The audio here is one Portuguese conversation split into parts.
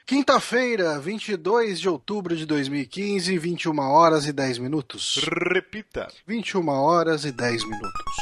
Quinta-feira, 22 de outubro de 2015, 21 horas e 10 minutos. Repita. 21 horas e 10 minutos.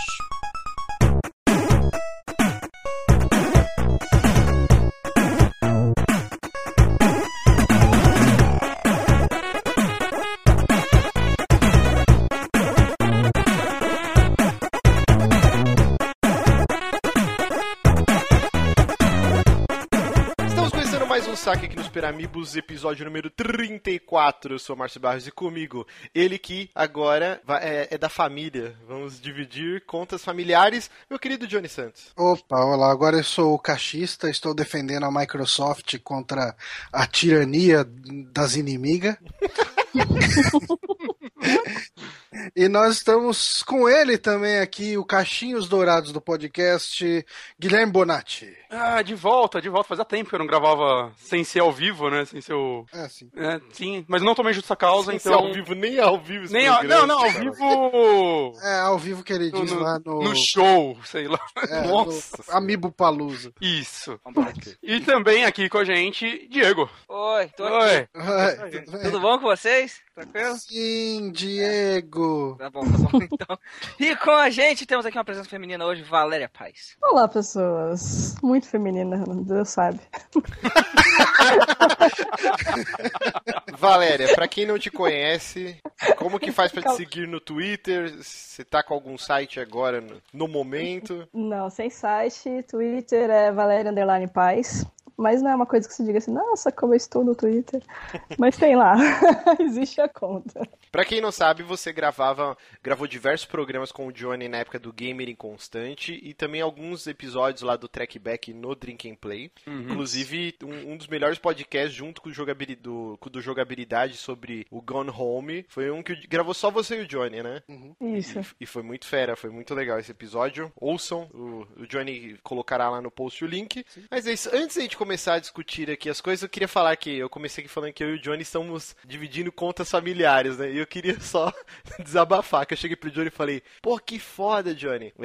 Saque aqui nos Super Amigos, episódio número 34. Eu sou o Márcio Barros e comigo, ele que agora é da família. Vamos dividir contas familiares, meu querido Johnny Santos. Opa, olá, agora eu sou o cachista, estou defendendo a Microsoft contra a tirania das inimigas. E nós estamos com ele também aqui, o Cachinhos Dourados do podcast, Guilherme Bonatti. De volta. Fazia tempo que eu não gravava sem ser ao vivo, né? Sem ser o... Sim. Sim, mas não tomei justa causa, sem então... Ser ao vivo, nem ao vivo. Não, ao vivo... Ao vivo que ele diz lá no... No show, sei lá. Nossa. Amiibo Palusa. Isso. E também aqui com a gente, Diego. Oi, tô aqui. Oi. Tudo bom com vocês? Tranquilo? Sim, Diego. Tá bom, então. E com a gente temos aqui uma presença feminina hoje, Valéria Paz. Olá, pessoas. Muito feminina, Deus sabe. Valéria, pra quem não te conhece, como que faz pra te seguir no Twitter? Você tá com algum site agora no momento? Não, sem site. Twitter é Valéria_Paz. Mas não é uma coisa que se diga assim, nossa, como eu estou no Twitter. Mas tem lá, existe a conta. Pra quem não sabe, você gravou diversos programas com o Johnny na época do Gamer Inconstante e também alguns episódios lá do Trackback no Drink and Play. Inclusive, um dos melhores podcasts junto com o do Jogabilidade sobre o Gone Home. Foi um que gravou só você e o Johnny, né? Isso. E foi muito fera, foi muito legal esse episódio. Ouçam, o Johnny colocará lá no post o link. Sim. Mas é isso, antes de a gente começar a discutir aqui as coisas, eu queria falar que eu comecei aqui falando que eu e o Johnny estamos dividindo contas familiares, né? E eu queria só desabafar, que eu cheguei pro Johnny e falei, pô, que foda, Johnny.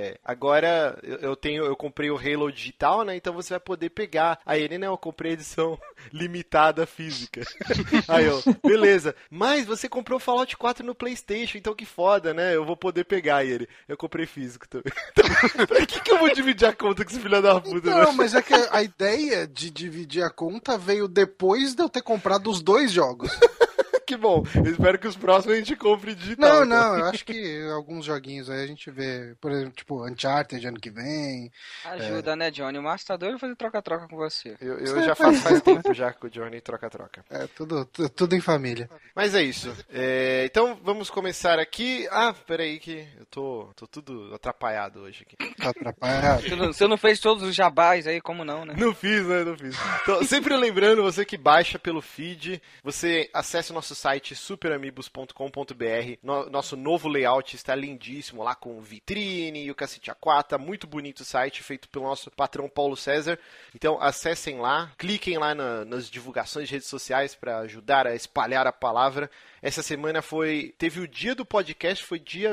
Agora eu comprei o Halo digital, né? Então você vai poder pegar. Aí ele, né? Eu comprei a edição limitada física. Aí eu, beleza. Mas você comprou o Fallout 4 no PlayStation, então que foda, né? Eu vou poder pegar. E ele, eu comprei físico também. Então, pra que eu vou dividir a conta com esse filho da puta? Não, mas é que a ideia de dividir a conta veio depois de eu ter comprado os dois jogos. Que bom, eu espero que os próximos a gente compre digital. Não, eu acho que alguns joguinhos aí a gente vê, por exemplo, tipo Uncharted ano que vem. Ajuda, né, Johnny? O Márcio tá doido fazer troca-troca com você. Eu já faço faz tempo já com o Johnny troca-troca. Tudo em família. Mas é isso. Então vamos começar aqui. Peraí que eu tô tudo atrapalhado hoje aqui. Tá atrapalhado? Você não fez todos os jabás aí, como não, né? Não fiz. Então, sempre lembrando, você que baixa pelo feed, você acessa o nosso site superamigos.com.br. Nosso novo layout está lindíssimo, lá com vitrine e o cacete A4. Tá muito bonito o site, feito pelo nosso patrão Paulo César. Então acessem lá, cliquem lá nas divulgações de redes sociais para ajudar a espalhar a palavra. Essa semana teve o dia do podcast, foi dia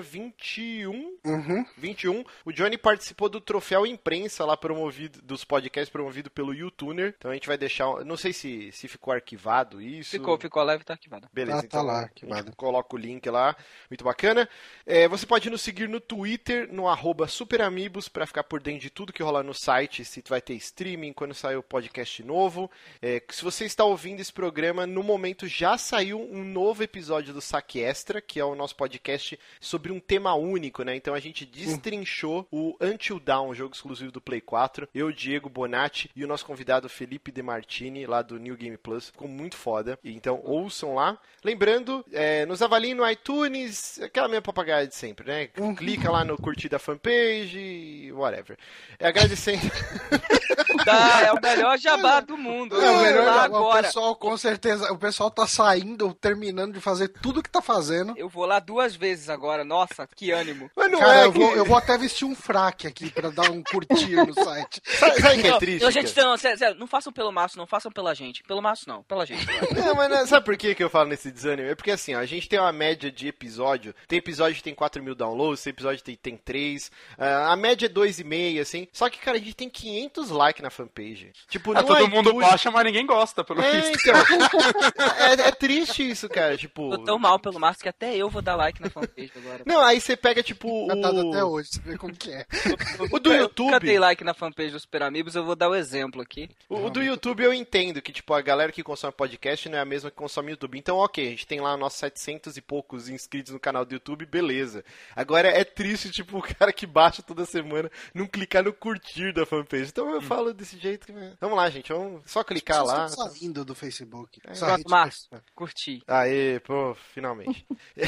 21. 21. O Johnny participou do troféu imprensa lá dos podcasts promovido pelo YouTuner. Então a gente vai deixar, não sei se ficou arquivado isso. Ficou leve, tá arquivado. Beleza, tá então lá, a gente coloca o link lá, muito bacana. Você pode nos seguir no Twitter, no @superamigos, para ficar por dentro de tudo que rola no site, se vai ter streaming, quando sair o podcast novo. Se você está ouvindo esse programa, no momento já saiu um novo episódio do Saque Extra, que é o nosso podcast sobre um tema único, né? Então a gente destrinchou o Until Dawn, um jogo exclusivo do Play 4. Eu, Diego Bonatti e o nosso convidado Felipe De Martini, lá do New Game Plus. Ficou muito foda. Então ouçam lá. Lembrando, nos avaliem no iTunes, aquela mesma papagaia de sempre, né? Clica lá no curtir da fanpage, whatever. Agradecendo. É o melhor jabá do mundo. O pessoal, com certeza, o pessoal tá saindo, terminando de fazer tudo que tá fazendo. Eu vou lá 2 vezes agora, nossa, que ânimo. Mas não Cara, é eu vou até vestir um fraque aqui pra dar um curtir no site. Sabe que é triste? Gente, não, sério, não façam pelo Márcio, não façam pela gente. Pelo Márcio não, pela gente. Não, mas sabe por que eu falo nesse desânimo? É porque assim, ó, a gente tem uma média de episódio. Tem episódio que tem 4.000 downloads, tem episódio que tem 3. A média é 2,5, assim. Só que, cara, a gente tem 500 like na fanpage. Tipo, no todo mundo iTunes- baixa, mas ninguém gosta, pelo visto. então. É triste isso, cara. Tipo. Tô tão mal pelo Marcos que até eu vou dar like na fanpage agora. Não, aí você pega, tipo, Cantado até hoje, você vê como que é. o do YouTube. Eu dei like na fanpage do Super Amigos, eu vou dar o exemplo aqui. O do YouTube eu entendo que, tipo, a galera que consome podcast não é a mesma que consome YouTube. Então, ok, a gente tem lá nossos 700 e poucos inscritos no canal do YouTube, beleza. Agora é triste, tipo, o cara que baixa toda semana não clicar no curtir da fanpage. Então eu falo desse jeito. Vamos lá, gente, vamos só clicar lá. Estão saindo do Facebook. Essa Pronto, rede Marcos, social. curti. Aê, pô, finalmente.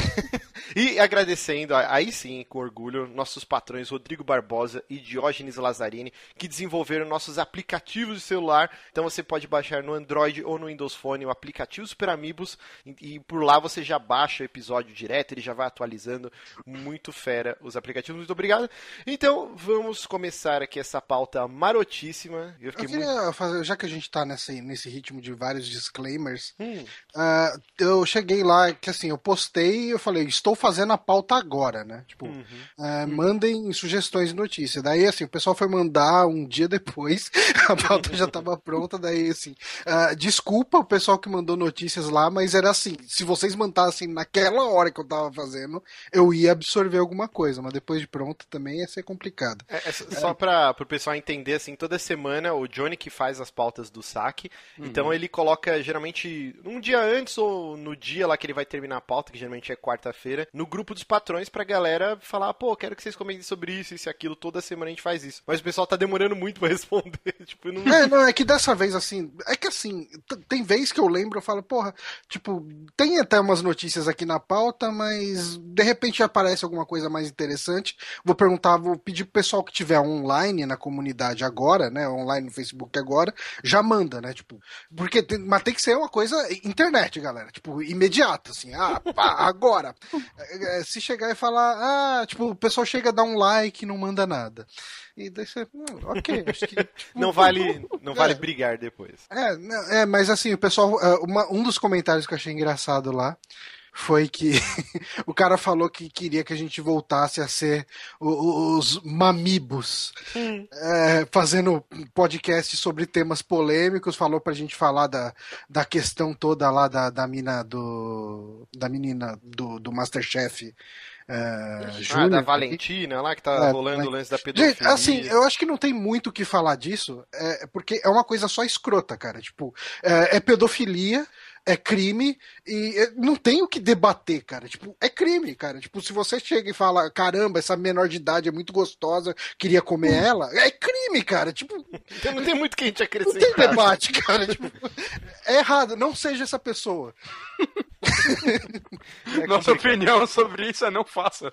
E agradecendo, aí sim, com orgulho, nossos patrões Rodrigo Barbosa e Diógenes Lazzarini, que desenvolveram nossos aplicativos de celular. Então você pode baixar no Android ou no Windows Phone o aplicativo Super Amigos e por lá você já baixa o episódio direto, ele já vai atualizando. Muito fera os aplicativos, muito obrigado. Então vamos começar aqui essa pauta marotíssima. Eu Eu fiquei queria fazer, já que a gente tá nesse ritmo de vários disclaimers, muito... eu cheguei lá, que assim, eu postei e eu falei, estou fazendo a pauta agora, né? Tipo, mandem sugestões de notícia. Daí, assim, o pessoal foi mandar um dia depois, a pauta já tava pronta, daí, assim, desculpa o pessoal que mandou notícias lá, mas era assim, se vocês mandassem naquela hora que eu tava fazendo, eu ia absorver alguma coisa, mas depois de pronto também ia ser complicado. Só para o pessoal entender, assim, toda semana o Johnny que faz as pautas do saque, então ele coloca geralmente um dia antes ou no dia lá que ele vai terminar a pauta, que geralmente é quarta-feira, no grupo dos patrões pra galera falar, pô, quero que vocês comentem sobre isso e aquilo, toda semana a gente faz isso. Mas o pessoal tá demorando muito pra responder, tipo, não... É que dessa vez, assim, tem vez que eu lembro, eu falo, porra, tipo, tem até umas notícias aqui na pauta, mas de repente aparece alguma coisa mais interessante. Vou pedir pro pessoal que tiver online na comunidade agora, né, online no Facebook agora, já manda, né, tipo, mas tem que ser uma coisa internet, galera, tipo, imediata, assim, pá, agora. Se chegar e falar, tipo, o pessoal chega a dar um like e não manda nada. E daí você, ok, acho que... Não vale brigar depois. Mas assim, o pessoal, um dos comentários que eu achei engraçado lá foi que o cara falou que queria que a gente voltasse a ser os mamibos, fazendo podcast sobre temas polêmicos, falou pra gente falar da questão toda lá da menina do Masterchef. Júnior, da Valentina lá que tá rolando o lance da pedofilia. Gente, assim, eu acho que não tem muito o que falar disso, porque é uma coisa só escrota, cara. Tipo, é pedofilia, é crime e não tem o que debater, cara. Tipo, é crime, cara. Tipo, se você chega e fala, caramba, essa menor de idade é muito gostosa, queria comer ela, é crime, cara. Tipo, então não tem muito que a gente não acrescentar. tem debate, cara. Tipo, é errado, não seja essa pessoa. Nossa opinião sobre isso é não faça.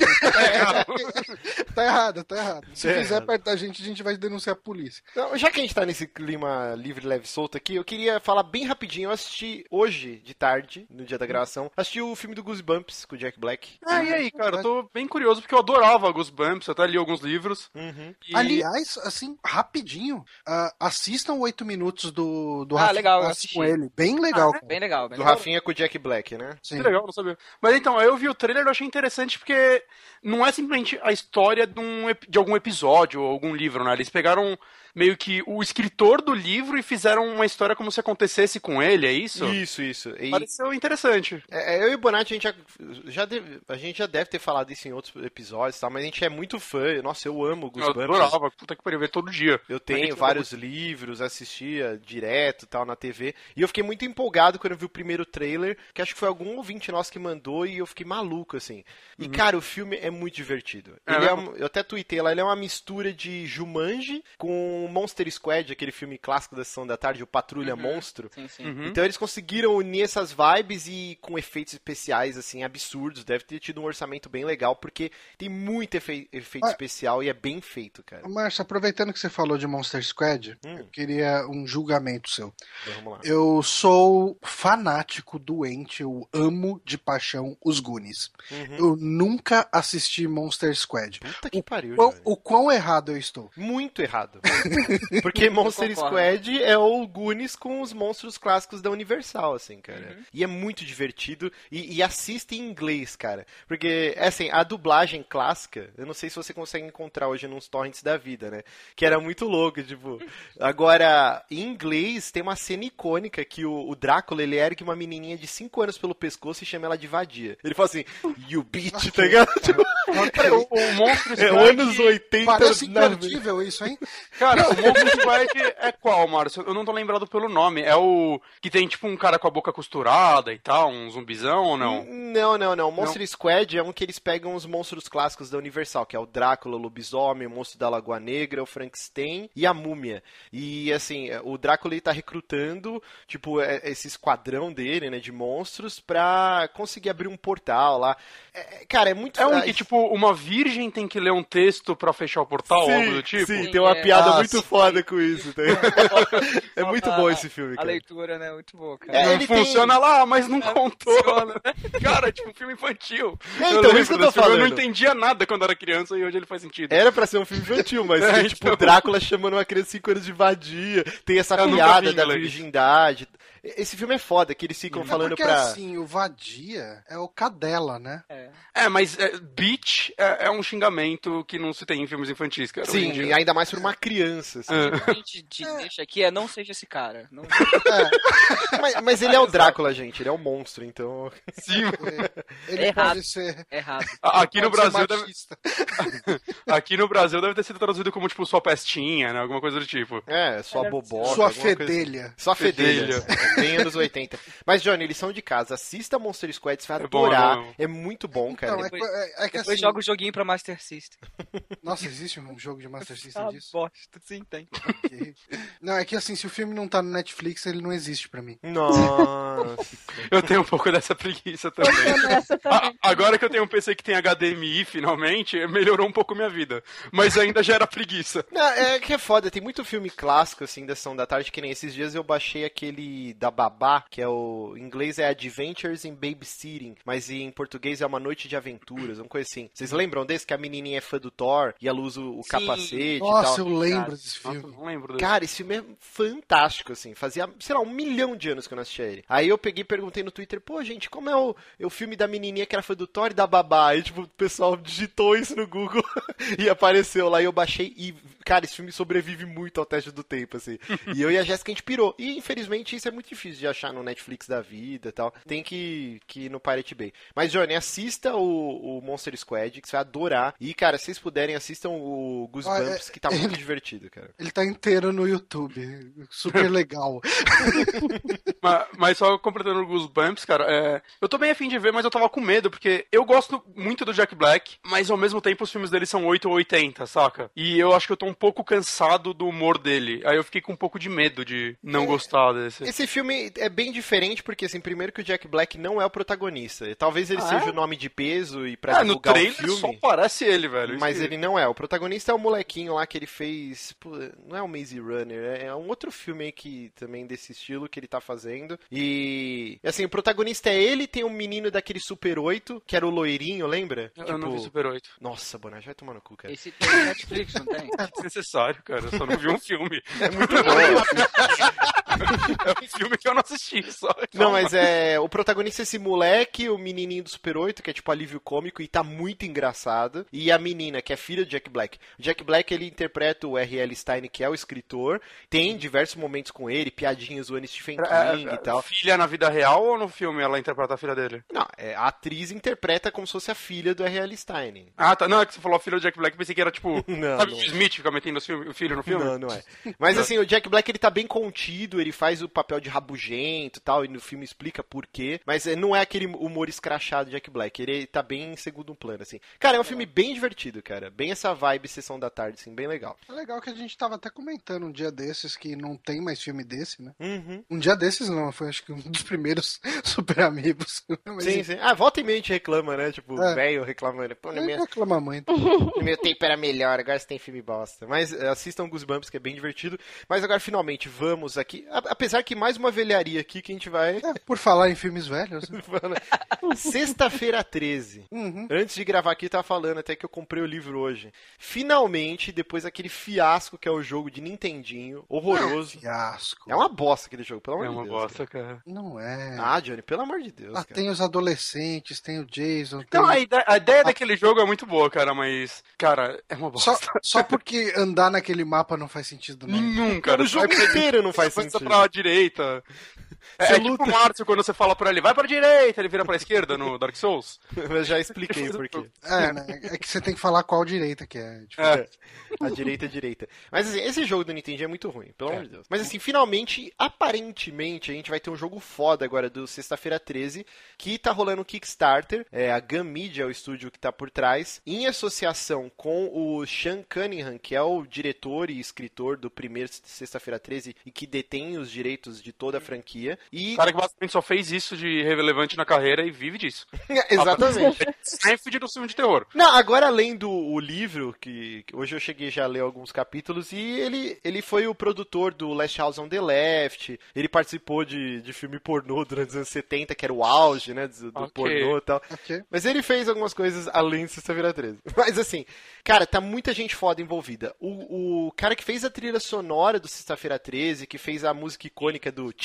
Tá errado. Se fizer perto da gente vai denunciar a polícia. Não, já que a gente tá nesse clima livre, leve e solto aqui, eu queria falar bem rapidinho. Eu assisti hoje, de tarde, no dia da gravação, assisti o filme do Goosebumps com o Jack Black. E aí, cara, eu tô bem curioso porque eu adorava Goosebumps, eu até li alguns livros. E... Aliás, assim, rapidinho, assistam 8 minutos do Rafinha legal, eu com assisti. ele. Bem legal. Bem legal. Do Rafinha com o Jack Black, né? Sim. Que legal, não sabia. Mas então, eu vi o trailer e eu achei interessante porque não é simplesmente a história de algum episódio ou algum livro, né? Eles pegaram meio que o escritor do livro e fizeram uma história como se acontecesse com ele, é isso? Isso. E... pareceu interessante. eu e o Bonatti, a gente já deve ter falado isso em outros episódios, tá? Mas a gente é muito fã. Nossa, eu amo Goosebumps. Eu adorava, puta que pariu, ver todo dia. Eu tenho vários livros, assistia direto tal na TV. E eu fiquei muito empolgado quando eu vi o primeiro trailer, que acho que foi algum ouvinte nosso que mandou e eu fiquei maluco, assim. E, cara, o filme é muito divertido. Eu até tuitei lá, ele é uma mistura de Jumanji com Monster Squad, aquele filme clássico da Sessão da Tarde, o Patrulha Monstro. Sim. Então eles conseguiram unir essas vibes e com efeitos especiais, assim, absurdos. Deve ter tido um orçamento bem legal, porque tem muito efeito especial e é bem feito, cara. Márcio, aproveitando que você falou de Monster Squad, eu queria um julgamento seu. Vamos lá. Eu sou fanático, doente, eu amo de paixão os Goonies. Eu nunca assisti Monster Squad. Puta que pariu, O quão errado eu estou? Muito errado. Porque Monster concordo. Squad é o Goonies com os monstros clássicos da Universal, assim, cara. E é muito divertido. E assiste em inglês, cara. Porque, assim, a dublagem clássica, eu não sei se você consegue encontrar hoje nos torrents da vida, né? Que era muito louco, tipo... Agora, em inglês, tem uma cena icônica que o Drácula, ele ergue uma menininha de 5 anos pelo pescoço e chama ela de vadia. Ele fala assim, you bitch, tá ligado? Tipo, O Monstro é Squad... anos 80... Parece na- imperdível isso, hein? Cara, o Monstro Squad é qual, Márcio? Eu não tô lembrado pelo nome. É o que tem, tipo, um cara com a boca costurada e tal, um zumbizão ou não? Não. Monster Squad é um que eles pegam os monstros clássicos da Universal, que é o Drácula, o Lobisomem, o Monstro da Lagoa Negra, o Frankenstein e a Múmia. E, assim, o Drácula, ele tá recrutando, tipo, esse esquadrão dele, né, de monstros pra conseguir abrir um portal lá. Cara, é muito... É um que, tipo, uma virgem tem que ler um texto pra fechar o portal, algo do tipo? Sim, tem uma É. piada muito sim. foda com isso. Tá? É muito bom esse filme, A cara. leitura, né? Muito boa, cara. É, Não ele tem- funciona lá, mas não contou. funciona, Cara, tipo um filme infantil. então, lembro isso que eu tô desse filme, Eu não falando. entendia nada quando era criança e hoje ele faz sentido. Era pra ser um filme infantil, mas É, tem, tipo, então. o Drácula chamando uma criança de 5 anos de vadia, tem essa Eu nunca piada vi da inglês. virgindade. Esse filme é foda, que eles ficam falando Porque pra... assim, o vadia é o cadela, né? Mas bitch é um xingamento que não se tem em filmes infantis, cara. hoje em Sim, dia. e ainda mais pra uma criança. Assim. É. O que a gente te deixa aqui é não seja esse cara. Não... Mas ele é o Drácula, gente, ele é um monstro, então... Sim, Ele Errado. pode ser. Errado. aqui no pode ser Brasil deve, machista. aqui no Brasil deve ter sido traduzido como, tipo, sua pestinha, né? Alguma coisa do tipo. É, sua boboca. Sua alguma coisa assim. fedelha. Só fedelha. Fedelha. Bem anos 80. Mas, Johnny, eles são de casa. Assista Monster Squad, você vai É bom, adorar. é bom. É muito bom, cara. Então, é que Depois assim. joga o joguinho pra Master System. Nossa, existe um jogo de Master System Ah, disso? bosta, sim, tem. Ok. Não, é que assim, se o filme não tá no Netflix, ele não existe pra mim. Nossa. Eu tenho um pouco dessa preguiça também. Nessa também. Agora que eu tenho um PC que tem HDMI, finalmente, melhorou um pouco minha vida. Mas ainda gera preguiça. Não, é que é foda, tem muito filme clássico, assim, da Sessão da Tarde, que nem esses dias eu baixei aquele da Babá, que é em inglês é Adventures in Babysitting, mas em português é Uma Noite de Aventuras, uma coisa assim. Vocês lembram desse? Que a menininha é fã do Thor e ela usa o Sim. capacete e Nossa, tal. eu lembro Cara, desse Nossa, filme. não lembro desse. Cara, esse filme é fantástico, assim. Fazia, sei lá, 1 milhão de anos que eu não assistia ele. Aí eu peguei e perguntei no Twitter, pô, gente, como é o filme da menininha que era fã do Thor e da Babá? Aí, tipo, o pessoal digitou isso no Google e apareceu lá e eu baixei e, cara, esse filme sobrevive muito ao teste do tempo, assim. E eu e a Jéssica, a gente pirou. E, infelizmente, isso é muito difícil de achar no Netflix da vida e tal. Tem que ir no Pirate Bay. Mas, Johnny, assista o Monster Squad, que você vai adorar. E, cara, se vocês puderem, assistam o Goosebumps, que tá muito divertido, cara. Ele tá inteiro no YouTube. Super legal. Mas só completando o Goosebumps, cara, eu tô bem afim de ver, mas eu tava com medo, porque eu gosto muito do Jack Black, mas ao mesmo tempo os filmes dele são 8 ou 80, saca? E eu acho que eu tô um pouco cansado do humor dele. Aí eu fiquei com um pouco de medo de não gostar desse. Esse filme é bem diferente porque, assim, primeiro que o Jack Black não é o protagonista. Talvez ele seja o nome de peso e pra No divulgar o trailer filme. só parece ele, velho. Mas Isso- ele não é. O protagonista é o molequinho lá que ele fez. Pô, não é o Maze Runner, é um outro filme aí que também desse estilo que ele tá fazendo. E assim, o protagonista é ele, tem um menino daquele Super 8, que era o loirinho, lembra? Eu não vi Super 8. Nossa, Bonatti, vai tomar no cu, cara. Esse tem no Netflix, não tem? É desnecessário, cara. Eu só não vi um filme. É muito bom. É um filme que eu não assisti, só. Não, mas o protagonista é esse moleque, o menininho do Super 8, que é tipo alívio cômico e tá muito engraçado. E a menina, que é filha do Jack Black. O Jack Black, ele interpreta o R.L. Stein, que é o escritor. Tem diversos momentos com ele, piadinhas zoando Stephen King e tal. Filha na vida real ou no filme ela interpreta a filha dele? Não, a atriz interpreta como se fosse a filha do R.L. Stein. Ah, tá. Não, é que você falou a filha do Jack Black, pensei que era tipo. Não, sabe não. o Smith fica metendo o filho no filme? Não, não é. Mas assim, o Jack Black, ele tá bem contido, ele faz o papel de rabugento e tal, e no filme explica por quê. Mas não é aquele humor escrachado do Jack Black, ele tá bem em segundo plano, assim. Cara, é um filme bem divertido, cara. Bem essa vibe Sessão da Tarde, assim, bem legal. É legal que a gente tava até comentando um dia desses que não tem mais filme desse, né? Uhum. Um dia desses não, foi acho que um dos primeiros Super Amigos. Mas, Sim, sim. Ah, volta e meia a gente reclama, né? Tipo, É. velho reclamando. Pô, não reclama muito. no meu tempo era melhor, agora você tem filme bosta. Mas assistam Goosebumps, que é bem divertido. Mas agora, finalmente, vamos aqui. apesar que mais uma velharia aqui que a gente vai... Por falar em filmes velhos. Né? Sexta-feira 13. Antes de gravar aqui, eu tava falando até que eu comprei o livro hoje. Finalmente, depois daquele fiasco que é o jogo de Nintendinho, horroroso. Fiasco. É uma bosta aquele jogo, pelo amor de Deus. É uma bosta, cara. Não é. Ah, Johnny, pelo amor de Deus, cara. Tem os adolescentes, tem o Jason. Não, a ideia daquele jogo é muito boa, cara, mas, cara, é uma bosta. Só porque andar naquele mapa não faz sentido, não. Nenhum, cara. O jogo inteiro não faz Você sentido. pra direita. É tipo o Márcio, quando você fala pra ele, vai pra direita, ele vira pra esquerda no Dark Souls. Eu já expliquei por quê. Né? É que você tem que falar qual direita que é. Tipo, A direita. Mas assim, esse jogo do Nintendo é muito ruim, pelo amor de Deus. Mas assim, finalmente, aparentemente, a gente vai ter um jogo foda agora do Sexta-feira 13, que tá rolando um Kickstarter. A Gun Media é o estúdio que tá por trás, em associação com o Sean Cunningham, que é o diretor e escritor do primeiro Sexta-feira 13 e que detém os direitos de toda a franquia. E... O cara que basicamente só fez isso de relevante na carreira e vive disso. Exatamente. Sempre no filme de terror. Não, agora além do livro, que hoje eu cheguei já a ler alguns capítulos, e ele foi o produtor do Last House on the Left, ele participou de filme pornô durante os anos 70, que era o auge, né, do pornô e tal. Okay. Mas ele fez algumas coisas além de Sexta-feira 13. Mas assim, cara, tá muita gente foda envolvida. O cara que fez a trilha sonora do Sexta-feira 13, que fez a música icônica do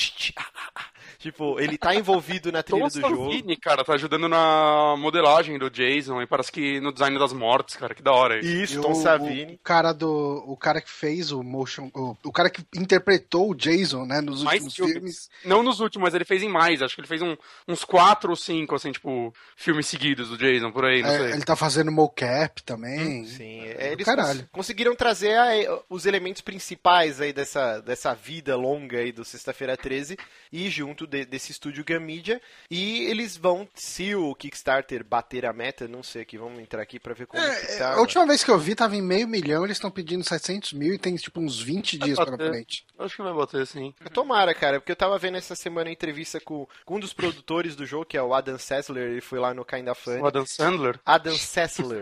tipo, ele tá envolvido na trilha do jogo. Cara, tá ajudando na modelagem do Jason e parece que no design das mortes, cara, que da hora isso. Isso, Tom Savini. O cara que fez o motion... O cara que interpretou o Jason, né, nos últimos filmes. Não nos últimos, mas ele fez em mais. Acho que ele fez uns 4 ou 5, assim, tipo, filmes seguidos do Jason, por aí, não sei. Ele tá fazendo mocap também. Sim, eles conseguiram trazer os elementos principais aí dessa vida longa aí do Sexta-feira 13 e junto desse estúdio Gun Media, e eles vão, se o Kickstarter bater a meta, não sei aqui, vamos entrar aqui pra ver como que tá. A última vez que eu vi tava em 500 mil, eles estão pedindo 700 mil e tem tipo uns 20 dias pela frente. Acho que vai bater, sim. Tomara, cara, porque eu tava vendo essa semana entrevista com um dos produtores do jogo, que é o Adam Sessler, ele foi lá no Kinda Funny. O Adam Sandler? Adam Sessler.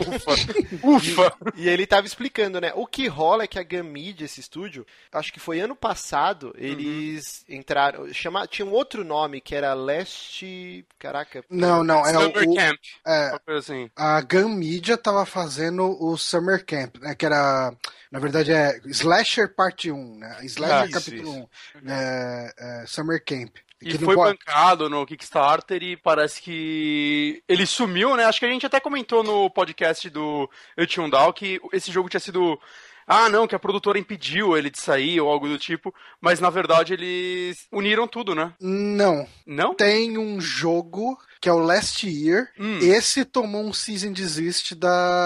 Ufa! E ele tava explicando, né, o que rola é que a Gun Media, esse estúdio, acho que foi ano passado, eles entraram, tinha um outro nome, que era Last... Caraca. Não, é Summer o... Camp. Assim. A Gun Media tava fazendo o Summer Camp, né, que era... Na verdade é Slasher Parte 1, né? Slasher Capítulo 1. Summer Camp. E foi bancado no Kickstarter e parece que ele sumiu, né? Acho que a gente até comentou no podcast do Eutundal que esse jogo tinha sido... não, que a produtora impediu ele de sair ou algo do tipo, mas na verdade eles uniram tudo, né? Não. Não? Tem um jogo que é o Last Year. Esse tomou um cease and desist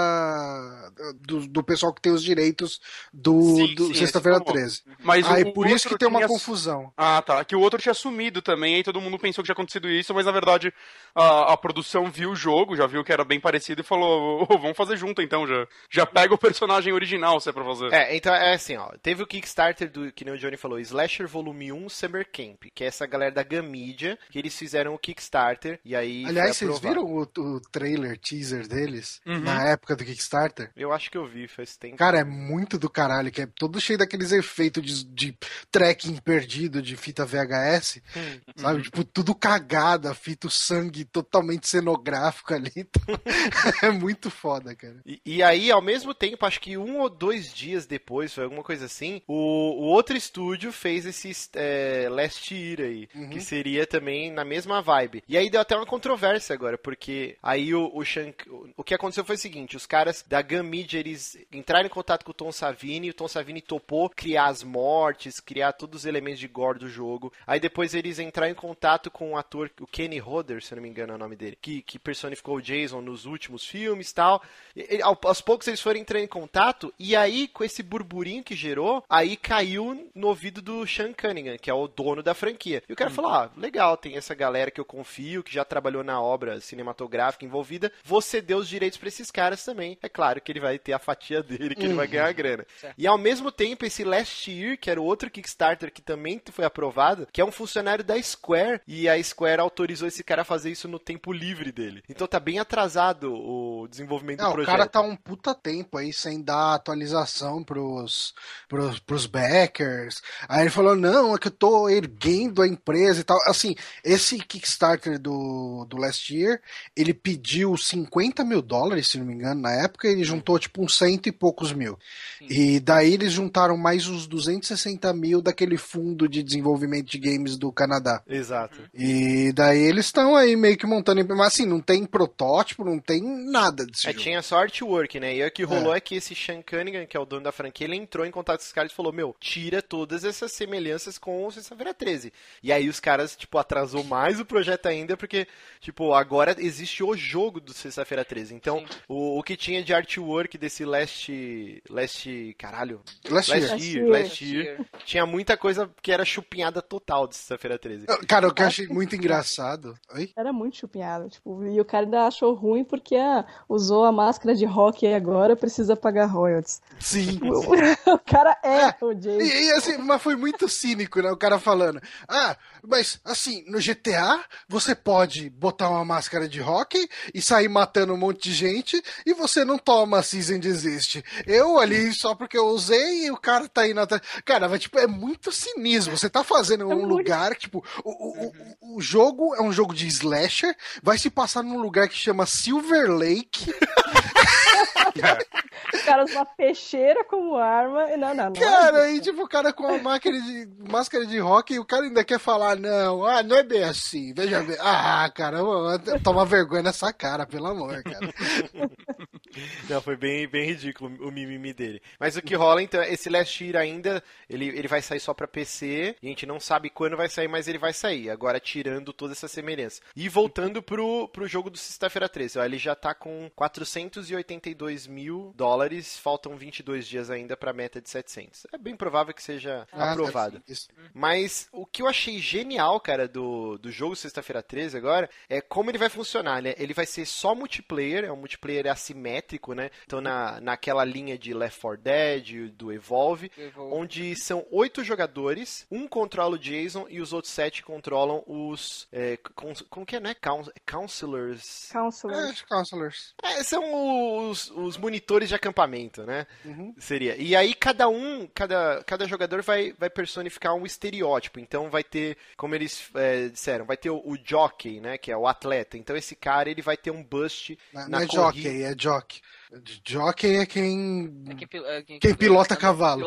do pessoal que tem os direitos do Sexta-feira 13. Mas aí por isso que tem uma confusão. Ah, tá. Que o outro tinha sumido também, aí todo mundo pensou que tinha acontecido isso, mas na verdade a produção viu o jogo, já viu que era bem parecido e falou, vamos fazer junto então, já pega o personagem original, se é pra fazer. Então é assim, ó, teve o Kickstarter do, que nem o Johnny falou, Slasher Volume 1 Summer Camp, que é essa galera da Gun Media, que eles fizeram o Kickstarter, e aí... Aliás, vocês viram o trailer, teaser deles, na época do Kickstarter? Eu acho que eu vi, faz tempo. Cara, é muito do caralho, que é todo cheio daqueles efeitos de tracking perdido de fita VHS, sabe? Tipo, tudo cagado, a fita, o sangue totalmente cenográfico ali. Então, é muito foda, cara. E aí, ao mesmo tempo, acho que 1 ou 2 dias depois, foi alguma coisa assim, o outro estúdio fez esse Last Year aí, que seria também na mesma vibe. E aí deu até uma controvérsia agora, porque aí o que aconteceu foi o seguinte, os caras da Gun Media, eles entraram em contato com o Tom Savini, e o Tom Savini topou criar as mortes, criar todos os elementos de gore do jogo. Aí depois eles entraram em contato com o ator, o Kenny Hodder, se eu não me engano é o nome dele, que personificou o Jason nos últimos filmes e tal. Aos poucos eles foram entrando em contato, e aí, com esse burburinho que gerou, aí caiu no ouvido do Sean Cunningham, que é o dono da franquia. E o cara falou, legal, tem essa galera que eu confio, que já trabalha trabalhou na obra cinematográfica envolvida, você deu os direitos pra esses caras também. É claro que ele vai ter a fatia dele, que ele vai ganhar a grana. Certo. E ao mesmo tempo, esse Last Year, que era o outro Kickstarter que também foi aprovado, que é um funcionário da Square, e a Square autorizou esse cara a fazer isso no tempo livre dele. Então tá bem atrasado o desenvolvimento do O projeto. cara tá um puta tempo aí sem dar atualização pros backers. Aí ele falou, não, é que eu tô erguendo a empresa e tal. Assim, esse Kickstarter do Last Year, ele pediu $50 mil, se não me engano, na época, ele juntou tipo uns 100 e poucos mil. E daí eles juntaram mais uns 260 mil daquele fundo de desenvolvimento de games do Canadá. Exato. E daí eles estão aí meio que montando, mas assim, não tem protótipo, não tem nada desse jogo. Tinha só artwork, né? E aí o que rolou é que esse Sean Cunningham, que é o dono da franquia, ele entrou em contato com os caras e falou, meu, tira todas essas semelhanças com o Sexta-feira 13. E aí os caras, tipo, atrasou mais o projeto ainda, porque, tipo, agora existe o jogo do Sexta-feira 13. Então, o que tinha de artwork desse Last Year, tinha muita coisa que era chupinhada total de Sexta-feira 13. Cara, o que eu achei muito engraçado... Oi? Era muito chupinhado, tipo, e o cara ainda achou ruim porque usou a máscara de rock e agora precisa pagar royalties. Sim. O cara o Jason. E assim, mas foi muito cínico, né? O cara falando, mas assim, no GTA você pode botar uma máscara de rock e sair matando um monte de gente e você não toma Cease and Desist. Eu ali, só porque eu usei e o cara tá aí na... Cara, mas, tipo, é muito cinismo. Você tá fazendo um lugar, tipo, o jogo é um jogo de slasher, vai se passar num lugar que chama Silver Lake. O cara usa uma peixeira como arma. Não. Cara, aí tipo, o cara com uma máscara de rock e o cara ainda quer falar, não é bem assim, veja bem. Cara, toma vergonha nessa cara, pelo amor, cara. Não, foi bem ridículo o mimimi dele. Mas o que rola, então, esse Last Year ainda, ele vai sair só pra PC, e a gente não sabe quando vai sair, mas ele vai sair, agora tirando toda essa semelhança. E voltando pro jogo do Sexta-feira 13, ó, ele já tá com $482 mil, faltam 22 dias ainda pra meta de 700. É bem provável que seja aprovado. Mas o que eu achei genial, cara, do jogo Sexta-feira 13 agora, é como ele vai funcionar, né? Ele vai ser só multiplayer, é um multiplayer assimétrico, né? Então naquela linha de Left 4 Dead, do Evolve, onde são 8 jogadores, um controla o Jason e os outros 7 controlam os... como que é, né? Counselors. Counselors. São os monitores de acampamento, né? Seria. E aí cada jogador vai personificar um estereótipo. Então vai ter, como eles disseram, vai ter o jockey, né? Que é o atleta. Então esse cara, ele vai ter um bust não é jockey, é jockey. Jockey é quem pilota cavalo.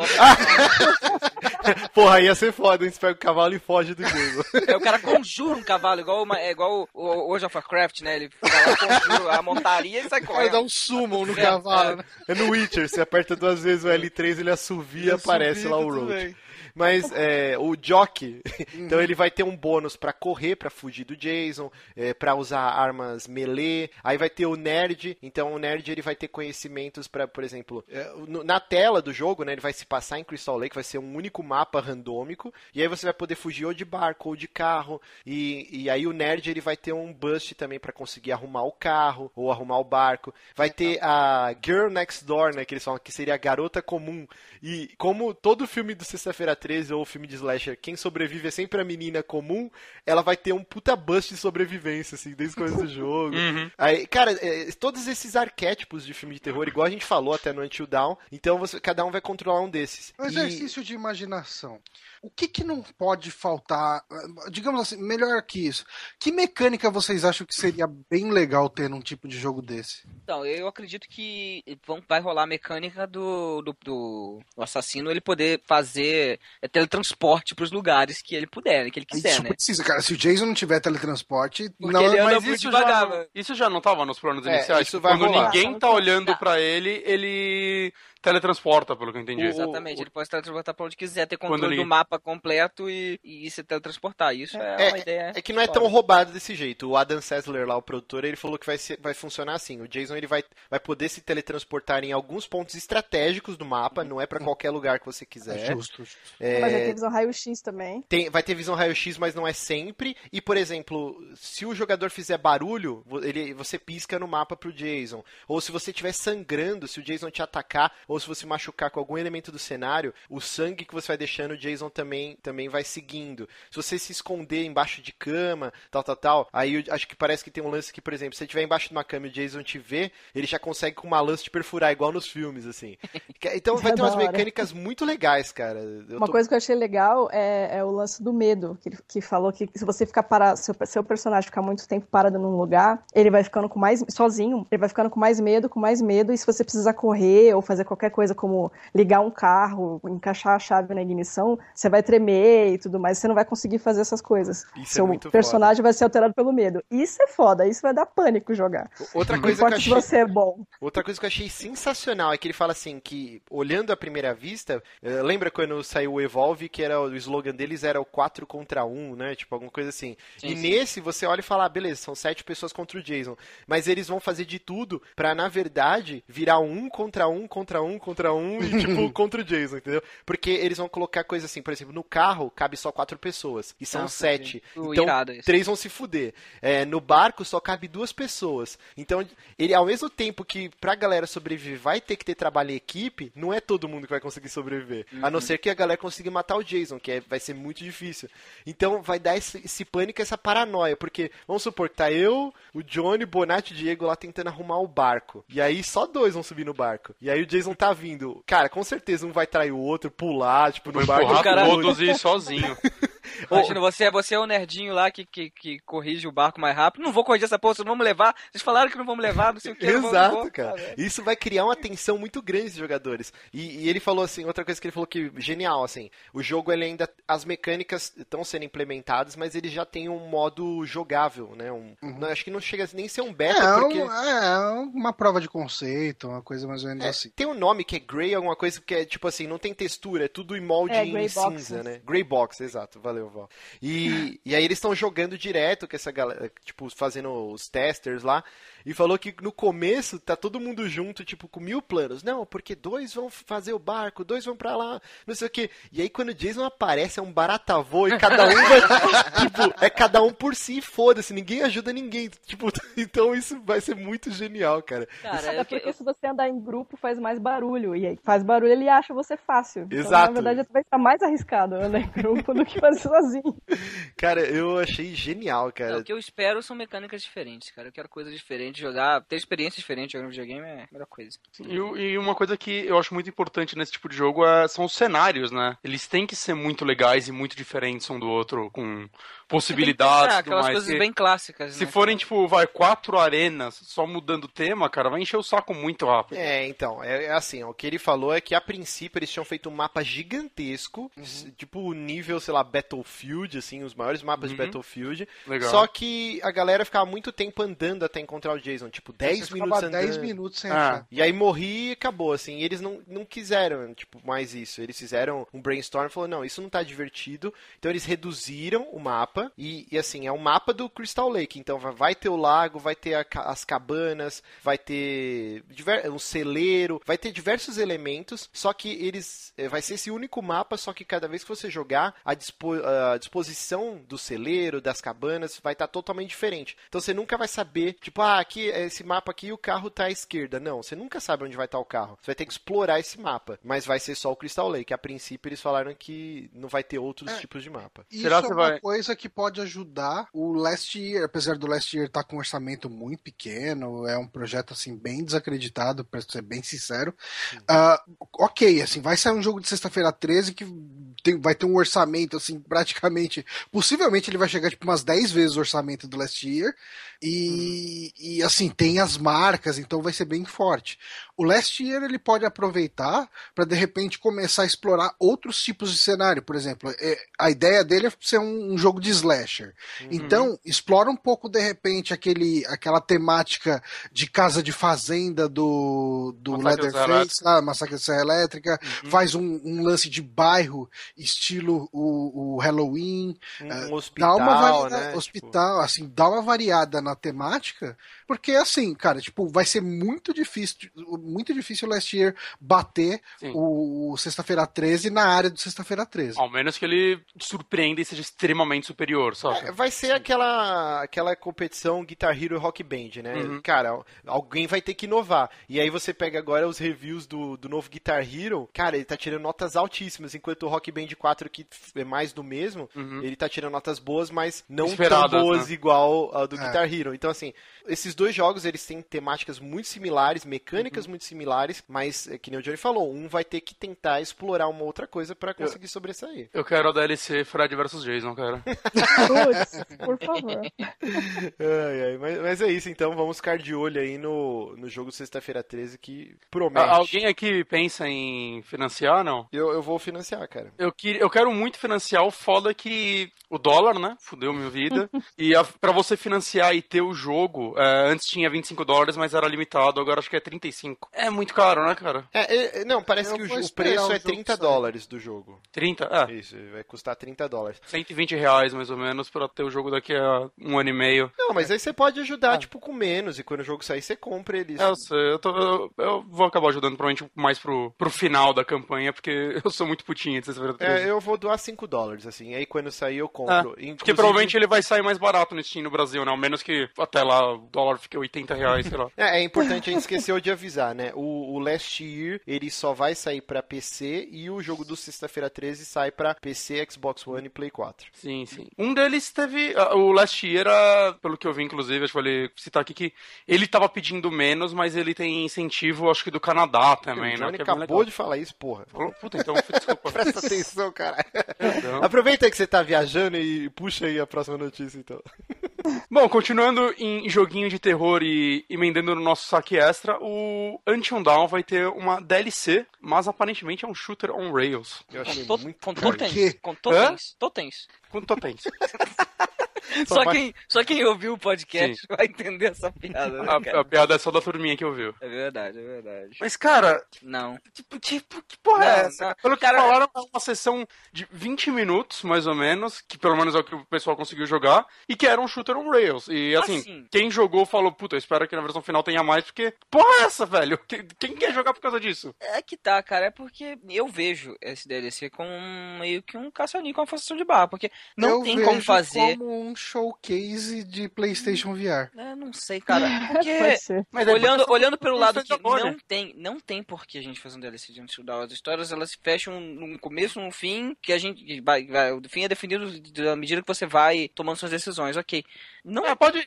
Porra, ia ser foda, hein? Você pega o cavalo e foge do jogo. O cara conjura um cavalo, igual o World of Warcraft, né? Ele fica lá, conjura a montaria e sai correndo. Vai dar um summon no cavalo, né? É no Witcher, você aperta 2 vezes o L3, ele assovia e aparece lá o Road. Mas o Jockey, então ele vai ter um bônus pra correr, pra fugir do Jason, pra usar armas melee. Aí vai ter o Nerd, então o Nerd ele vai ter conhecimentos pra, por exemplo, na tela do jogo, né, ele vai se passar em Crystal Lake, vai ser um único mapa randômico, e aí você vai poder fugir ou de barco ou de carro, e aí o Nerd ele vai ter um boost também pra conseguir arrumar o carro ou arrumar o barco. Vai ter a Girl Next Door, né, que eles falam que seria a garota comum, e como todo filme do Sexta-feira 13 ou filme de slasher, quem sobrevive é sempre a menina comum, ela vai ter um puta bust de sobrevivência, assim, desde o começo do jogo. Aí, cara, todos esses arquétipos de filme de terror, igual a gente falou até no Until Dawn, então cada um vai controlar um desses. Um exercício de imaginação. O que não pode faltar, digamos assim, melhor que isso, que mecânica vocês acham que seria bem legal ter num tipo de jogo desse? Então, eu acredito que vai rolar a mecânica do assassino ele poder fazer teletransporte pros lugares que ele puder, né, que ele quiser, isso né? Precisa, cara. Se o Jason não tiver teletransporte, porque não ele anda mas muito devagar. Isso já não tava nos planos iniciais? Isso vai Quando rolar. ninguém tá olhando pra ele teletransporta, pelo que eu entendi. Exatamente, ele pode se teletransportar pra onde quiser, ter controle do mapa completo e se teletransportar. Isso é uma ideia. É que não é tão roubado desse jeito. O Adam Sessler lá, o produtor, ele falou que vai funcionar assim. O Jason ele vai poder se teletransportar em alguns pontos estratégicos do mapa, não é pra qualquer lugar que você quiser. Justo. Mas vai ter visão raio-x também. Vai ter visão raio-x, mas não é sempre. E, por exemplo, se o jogador fizer barulho, você pisca no mapa pro Jason. Ou se você estiver sangrando, se o Jason te atacar, ou se você machucar com algum elemento do cenário, o sangue que você vai deixando, o Jason também vai seguindo. Se você se esconder embaixo de cama, tal, aí acho que parece que tem um lance que, por exemplo, se você estiver embaixo de uma cama e o Jason te vê, ele já consegue com uma lança te perfurar, igual nos filmes, assim. Então vai ter umas mecânicas muito legais, cara. Uma coisa que eu achei legal é o lance do medo, que falou que se você ficar parado, seu personagem ficar muito tempo parado num lugar, ele vai ficando sozinho, ele vai ficando com mais medo, e se você precisar correr ou fazer qualquer coisa como ligar um carro, encaixar a chave na ignição, você vai tremer e tudo mais, você não vai conseguir fazer essas coisas. Seu personagem vai ser alterado pelo medo. Isso é foda, isso vai dar pânico jogar. Outra coisa que eu achei... se você é bom. Outra coisa que eu achei sensacional é que ele fala assim, que olhando à primeira vista, lembra quando saiu o Evolve, que era o slogan deles era o 4 contra 1, né? Tipo, alguma coisa assim. Sim. Nesse, você olha e fala, beleza, são 7 pessoas contra o Jason. Mas eles vão fazer de tudo pra, na verdade, virar 1 contra 1 contra 1 contra 1 e, tipo, contra o Jason, entendeu? Porque eles vão colocar coisa assim, por exemplo, no carro cabe só 4 pessoas. E são 7. Então, 3 vão se fuder. No barco só cabe 2 pessoas. Então, ele, ao mesmo tempo que pra galera sobreviver vai ter que ter trabalho em equipe, não é todo mundo que vai conseguir sobreviver. A não ser que a galera consiga matar o Jason, que vai ser muito difícil. Então vai dar esse pânico, essa paranoia, porque vamos supor que tá eu, o Johnny, Bonatti e o Diego lá tentando arrumar o barco. E aí só 2 vão subir no barco. E aí o Jason tá vindo. Cara, com certeza um vai trair o outro, pular, tipo, no barco. Empurrar todos e ir sozinho. Imagina, você é o nerdinho lá que corrige o barco mais rápido. Não vou corrigir essa porra, vocês não vamos levar. Vocês falaram que não vamos levar, não sei o que. Exato, cara. Isso vai criar uma tensão muito grande dos jogadores. E ele falou assim, outra coisa que ele falou que genial, assim, o jogo ele ainda, as mecânicas estão sendo implementadas, mas ele já tem um modo jogável, né? Acho que não chega nem a ser um beta, porque... uma prova de conceito, uma coisa mais ou menos assim. Tem um nome que é Grey, alguma coisa que é tipo assim, não tem textura, é tudo em molde em cinza, né? Grey Box, exato, valeu, Val. E aí eles estão jogando direto com essa galera, tipo, fazendo os testers lá, e falou que no começo tá todo mundo junto, tipo, com 1000 planos. Não, porque 2 vão fazer o barco, 2 vão pra lá, não sei o que. E aí quando o Jason aparece, é um baratavô e cada um vai, tipo, é cada um por si, foda-se, ninguém ajuda ninguém. Tipo, então isso vai ser muito genial, cara. Cara, porque se você andar em grupo faz mais barulho, e aí faz barulho ele acha você fácil. Exato. Então, na verdade, vai estar mais arriscado andar em grupo do que fazer sozinho. Cara, eu achei genial, cara. O que eu espero são mecânicas diferentes, cara. Eu quero coisas diferentes, ter experiência diferente jogando videogame é a melhor coisa. E uma coisa que eu acho muito importante nesse tipo de jogo são os cenários, né? Eles têm que ser muito legais e muito diferentes um do outro, com possibilidades e tudo aquelas mais. Coisas bem clássicas, Se né? forem, tipo, 4 arenas só mudando o tema, cara, vai encher o saco muito rápido. Então, é assim, ó, o que ele falou é que a princípio eles tinham feito um mapa gigantesco, tipo nível, sei lá, Battlefield, assim, os maiores mapas de Battlefield. Legal. Só que a galera ficava muito tempo andando até encontrar o Jason, tipo, 10 minutos andando. 10 minutos sem achar. E aí morri e acabou, assim, e eles não quiseram, tipo, mais isso. Eles fizeram um brainstorm e falaram, não, isso não tá divertido. Então eles reduziram o mapa e assim, é um mapa do Crystal Lake. Então vai ter o lago, vai ter as cabanas, vai ter um celeiro, vai ter diversos elementos, só que vai ser esse único mapa, só que cada vez que você jogar, a disposição do celeiro, das cabanas, vai estar totalmente diferente. Então você nunca vai saber, tipo, aqui, esse mapa aqui, o carro tá à esquerda. Não, você nunca sabe onde vai estar o carro. Você vai ter que explorar esse mapa. Mas vai ser só o Crystal Lake. A princípio, eles falaram que não vai ter outros tipos de mapa. Isso é uma coisa que pode ajudar o Last Year, apesar do Last Year estar com um orçamento muito pequeno, é um projeto, assim, bem desacreditado, pra ser bem sincero. Ok, assim, vai sair um jogo de sexta-feira 13 que vai ter um orçamento, assim, praticamente, possivelmente ele vai chegar, tipo, umas 10 vezes o orçamento do Last Year, e assim, tem as marcas, então vai ser bem forte. O Last Year, ele pode aproveitar para de repente começar a explorar outros tipos de cenário, por exemplo, a ideia dele é ser um jogo de slasher, então explora um pouco de repente aquela temática de casa de fazenda do Leatherface, Massacre da Serra Elétrica, faz um lance de bairro estilo o Halloween, um hospital, dá uma variada, né? Hospital, tipo... assim, dá uma variada na temática, porque assim, cara, tipo, vai ser muito difícil muito difícil o Last Year bater o Sexta-feira 13 na área do Sexta-feira 13. Ao menos que ele surpreenda e seja extremamente superior, sabe? Vai ser aquela competição Guitar Hero e Rock Band, né? Cara, alguém vai ter que inovar. E aí você pega agora os reviews do novo Guitar Hero, cara, ele tá tirando notas altíssimas, enquanto o Rock Band 4, que é mais do mesmo, ele tá tirando notas boas, mas não esperadas, tão boas, né? igual a do Guitar Hero. Então, assim, esses dois jogos, eles têm temáticas muito similares, mecânicas muito similares, mas, que nem o Johnny falou, um vai ter que tentar explorar uma outra coisa pra conseguir sobressair. Eu quero a DLC Fred vs Jason, cara. Putz, por favor. Mas é isso, então vamos ficar de olho aí no jogo Sexta-feira 13, que promete. Alguém aqui pensa em financiar, não? Eu vou financiar, cara. Eu quero muito financiar, o foda é que o dólar, né, fudeu minha vida, e pra você financiar e ter o jogo, antes tinha $25, mas era limitado, agora acho que é 35. É muito caro, né, cara? Não, parece que o preço é $30 do jogo. 30? Isso, vai custar $30. R$120 mais ou menos pra ter o jogo daqui a 1 ano e meio. Não, mas aí você pode ajudar, tipo, com menos, e quando o jogo sair, você compra ele. Eu sei, eu vou acabar ajudando provavelmente mais pro final da campanha, porque eu sou muito putinha de Sexta-feira 13. Eu vou doar $5, assim, aí quando sair eu compro. Porque provavelmente ele vai sair mais barato no Steam no Brasil, né? Ao menos que até lá o dólar fique R$80, sei lá. É importante, a gente esqueceu de avisar, né? O Last Year, ele só vai sair pra PC, e o jogo do Sexta-feira 13 sai pra PC, Xbox One e Play 4. Sim. Um deles teve... O Last Year, pelo que eu vi, inclusive, acho que vale citar aqui que ele tava pedindo menos, mas ele tem incentivo, acho que do Canadá também, O Johnny né? acabou de falar isso, porra. Puta, então desculpa. Presta atenção, cara. Perdão. Aproveita que você tá viajando e puxa aí a próxima notícia, então. Bom, continuando em joguinho de terror e emendando no nosso saque extra, o Until Dawn vai ter uma DLC, mas aparentemente é um shooter on rails. Eu achei Com muito totens. Com totens. Com totens. Só quem ouviu o podcast vai entender essa piada, né, cara? A piada é só da turminha que ouviu. É verdade. Mas, cara, Não. tipo, que porra é Não, essa? não. Pelo que Cara, falaram, é uma sessão de 20 minutos, mais ou menos, que pelo menos é o que o pessoal conseguiu jogar, e que era um shooter on rails. E, assim, quem jogou falou, puta, eu espero que na versão final tenha mais, porque, porra é essa, velho? Quem quer jogar por causa disso? É que tá, cara. É porque eu vejo esse DLC como meio que um caça-níquel, com uma forçação de barra, porque não tem como fazer... como um showcase de PlayStation VR. Não sei, cara. Porque Pode ser. Mas olhando pelo lado que agora. não tem por que a gente fazer um DLC de Until Dawn. As histórias, elas se fecham num começo, num fim, que a gente vai o fim é definido à medida que você vai tomando suas decisões, ok. Não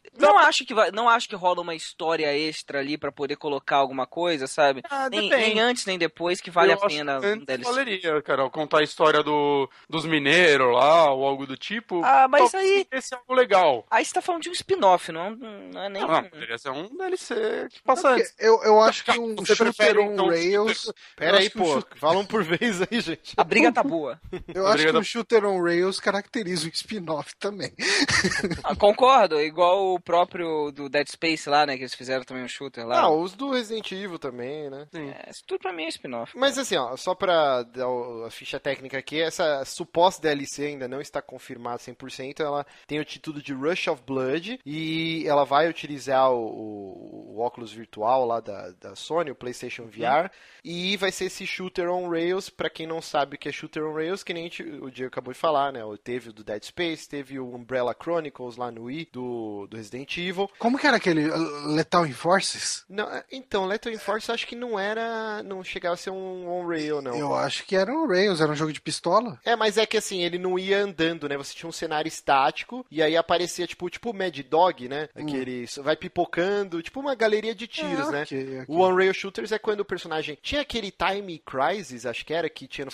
acho que rola uma história extra ali pra poder colocar alguma coisa, sabe? Nem antes nem depois que vale a pena um DLC. Valeria, cara, contar a história dos mineiros lá, ou algo do tipo. Mas aí... Esse é algo legal. Aí você tá falando de um spin-off, não é nem... Não, poderia ser um DLC que passa antes. Eu acho que um Você shooter prefere, on então, Rails... Pera aí, pô. Fala um por vez aí, gente. A briga tá boa. Eu acho que um shooter on Rails caracteriza um spin-off também. Concordo, igual o próprio do Dead Space lá, né, que eles fizeram também um shooter lá. Não, os do Resident Evil também, né? Isso tudo pra mim é spin-off. Mas assim, ó, só pra dar a ficha técnica aqui, essa suposta DLC ainda não está confirmada 100%, ela tem o título de Rush of Blood e ela vai utilizar o óculos virtual lá da Sony, o PlayStation VR, e vai ser esse shooter on Rails. Pra quem não sabe o que é shooter on Rails, que nem o Diego acabou de falar, né? Teve o do Dead Space, teve o Umbrella Chronicles lá no Wii, do Resident Evil. Como que era aquele Lethal Enforces? Não, então, Lethal Enforce acho que não chegava a ser um on-rail, não. Eu acho que era um Rails, era um jogo de pistola. Mas é que assim, ele não ia andando, né? Você tinha um cenário estático e aí aparecia tipo Mad Dog, né? Aquele vai pipocando, tipo uma galeria de tiros, né? Okay. O on-rail shooters é quando o personagem tinha aquele Time Crisis, acho que era, que tinha no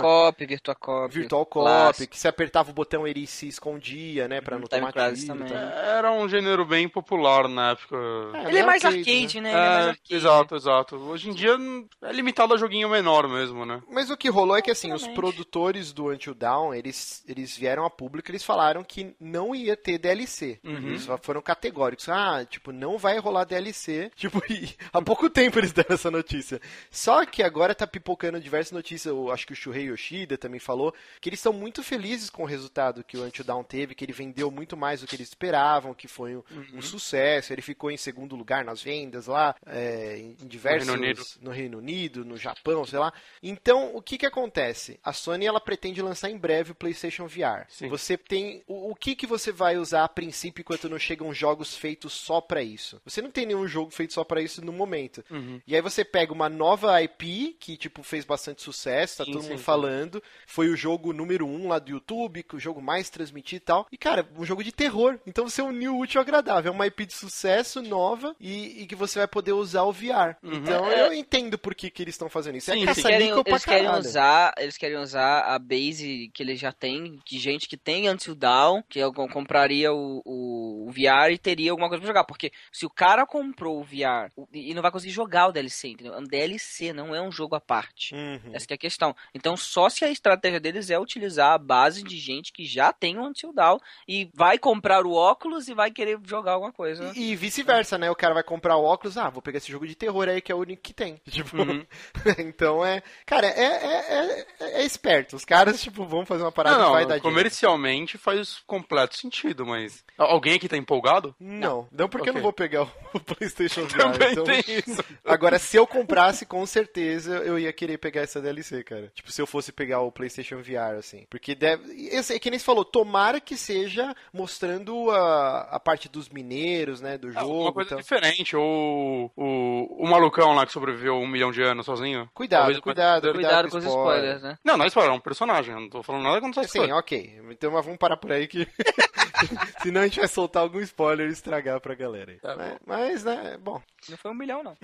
Virtual Cop, que se apertava o botão ele se escondia, né? Pra não tomar tiro. Era um gênero bem popular na época. Ele é mais arcade, né? Ele é mais arcade. Exato. Hoje em dia é limitado a joguinho menor mesmo, né? Mas o que rolou é que assim, os produtores do Until Dawn, eles vieram a público, eles falaram que não ia ter DLC. Eles só foram categóricos. Tipo, não vai rolar DLC. Tipo, e há pouco tempo eles deram essa notícia. Só que agora tá pipocando diversas notícias. Eu acho que o Shuhei Yoshida também falou que eles estão muito felizes com o resultado que o Until Dawn teve, que ele vendeu muito mais do que eles esperavam, que foi um sucesso. Ele ficou em segundo lugar nas vendas lá, em diversos... No Reino Unido, no Japão, sei lá. Então, o que acontece? A Sony, ela pretende lançar em breve o PlayStation VR. Sim. Você tem... O que você vai usar a princípio enquanto não chegam jogos feitos só pra isso? Você não tem nenhum jogo feito só pra isso no momento. E aí você pega uma nova IP, que, tipo, fez bastante sucesso, tá todo mundo falando. Foi o jogo número 1 lá do YouTube, que o jogo mais transmitido e tal. E, cara, um jogo de terror. Então você uniu o útil ao agradável. É uma IP de sucesso, nova, e que você vai poder usar o VR. Então, eu entendo por que eles estão fazendo isso. Sim, eles querem usar a base que eles já têm, de gente que tem Until Dawn, que eu compraria o VR e teria alguma coisa pra jogar. Porque se o cara comprou o VR e não vai conseguir jogar o DLC, entendeu? É um DLC, não é um jogo à parte. Essa que é a questão. Então, só se a estratégia deles é utilizar a base de gente que já tem o Until Dawn e vai comprar o óculos e vai querer jogar alguma coisa. E vice-versa, né? O cara vai comprar o óculos, vou pegar esse jogo de terror aí que é o único que tem. Tipo, então cara, é esperto. Os caras, tipo, vão fazer uma parada que vai dar comercialmente faz completo sentido, mas... Alguém aqui tá empolgado? Não porque eu não vou pegar o PlayStation VR. Também então... tem isso. Agora, se eu comprasse, com certeza eu ia querer pegar essa DLC, cara. Tipo, se eu fosse pegar o PlayStation VR, assim. Porque deve... Eu sei, que nem você falou, tomara que seja mostrando a parte dos mineiros, né, do jogo. Uma coisa diferente, ou o malucão lá que sobreviveu 1 milhão de anos sozinho. Cuidado com os spoilers, né? Não é spoiler, é um personagem. Eu não tô falando nada que não tá spoiler. Sim, ok. Então vamos parar por aí que... Senão a gente vai soltar algum spoiler e estragar pra galera aí. Tá mas, né, bom. Não foi 1 milhão, não.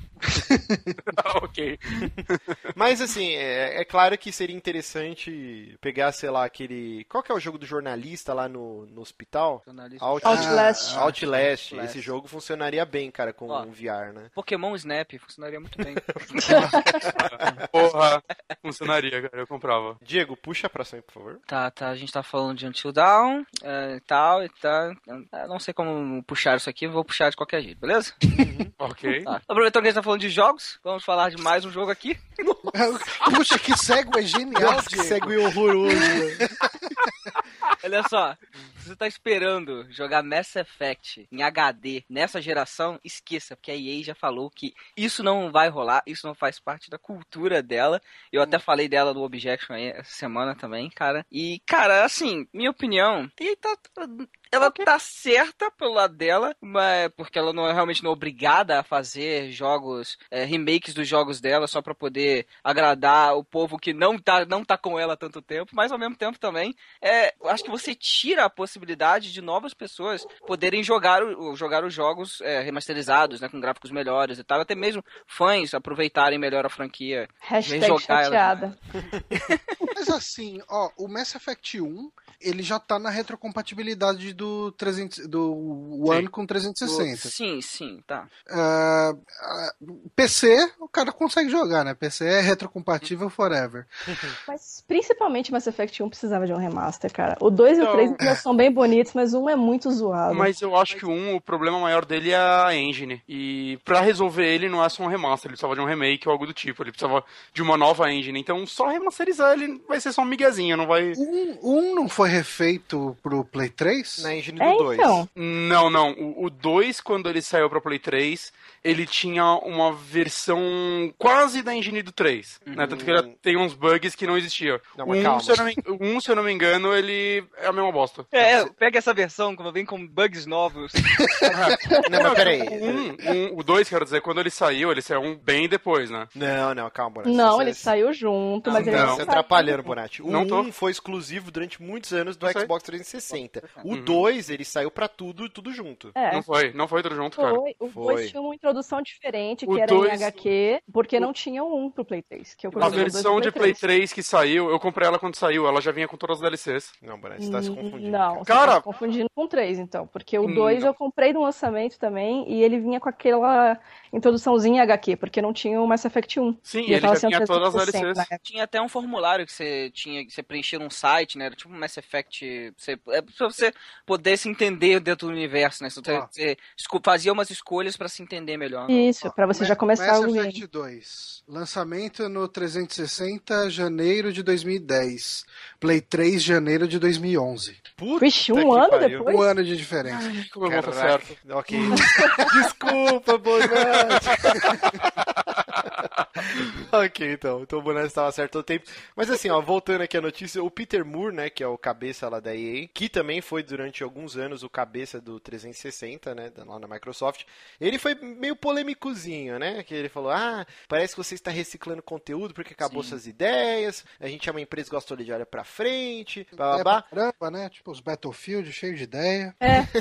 Ok. Mas, assim, é claro que seria interessante pegar, sei lá, aquele... Qual que é o jogo do jornalista lá no hospital? Outlast. Esse jogo funcionaria bem, cara, com um VR, né? Pokémon Snap funcionaria muito bem. Porra, funcionaria, cara, eu comprava. Diego, puxa pra cima, por favor. Tá, a gente tá falando de Until Dawn, e tal. Eu não sei como puxar isso aqui, vou puxar de qualquer jeito, beleza? Ok. Tá. Aproveitando que a gente tá falando de jogos, vamos falar de mais um jogo aqui. Puxa, que segue genial, Nossa, que segue horroroso. Olha só, se você tá esperando jogar Mass Effect em HD nessa geração, esqueça, porque a EA já falou que isso não vai rolar, isso não faz parte da cultura dela. Eu até falei dela no Objection aí essa semana também, cara. E, cara, assim, minha opinião, ela tá certa pelo lado dela, mas porque ela realmente não é obrigada a fazer jogos, remakes dos jogos dela só pra poder agradar o povo que não tá com ela há tanto tempo, mas ao mesmo tempo também, acho que você tira a possibilidade de novas pessoas poderem jogar os jogos remasterizados, né, com gráficos melhores e tal, até mesmo fãs aproveitarem melhor a franquia. #chateada. Mas assim, o Mass Effect 1, ele já tá na retrocompatibilidade do One com 360. Sim, tá. PC, o cara consegue jogar, né? PC é retrocompatível forever. Mas principalmente Mass Effect 1 precisava de um remaster, cara. O 2 e o 3 já são bem bonitos, mas o 1 é muito zoado. Mas eu acho que o problema maior dele é a engine. E pra resolver ele não é só um remaster, ele precisava de um remake ou algo do tipo. Ele precisava de uma nova engine. Então só remasterizar ele vai ser só um miguezinho, não vai... Não foi refeito pro Play 3? Na engine do 2. Então. Não. O 2, quando ele saiu pra Play 3, ele tinha uma versão quase da engine do 3. Né? Tanto que ele tem uns bugs que não existiam. Se eu não me engano, ele é a mesma bosta. Pega essa versão, quando vem com bugs novos. Não, mas peraí. O 2, quero dizer, quando ele saiu bem depois, né? Não, calma, Bonatti. Não, ele saiu junto, mas ele não Você tá atrapalhando, Bonatti. O Não 1 foi exclusivo durante muitos anos do Xbox 360. O 2, ele saiu pra tudo junto. Não foi tudo junto, cara. O 2 tinha uma introdução diferente, que era em HQ, porque não tinha um pro Play 3. A versão de Play 3 que saiu, eu comprei ela quando saiu, ela já vinha com todas as DLCs. Não, Bonatti, você tá se confundindo. Não, Não, você tá confundindo com o 3, então. Porque o 2 eu comprei no lançamento também, e ele vinha com aquela introduçãozinha HQ, porque não tinha o Mass Effect 1. Sim, ele já tinha todas as DLCs. Tinha até um formulário que você tinha que você preencher num site, né? Era tipo um Mass Effect. Pra você poder se entender dentro do universo, né? Você fazia umas escolhas pra se entender melhor. Né? Isso, pra você já começar o Mass Effect 2. Lançamento no 360, janeiro de 2010. Play 3, janeiro de 2011. Puta, vixe, um ano pariu. Depois? Um ano de diferença. Ai, como eu vou certo. Ok. Desculpa, Bonatti. Ok, então o Bonatti estava certo todo o tempo. Mas assim, ó, voltando aqui a notícia, o Peter Moore, né, que é o cabeça lá da EA, que também foi durante alguns anos o cabeça do 360, né, lá na Microsoft, ele foi meio polêmicozinho, né, que ele falou, parece que você está reciclando conteúdo porque acabou suas ideias, a gente é uma empresa que gosta de olhar pra frente, babá. Caramba, né, tipo os Battlefield cheios de ideia.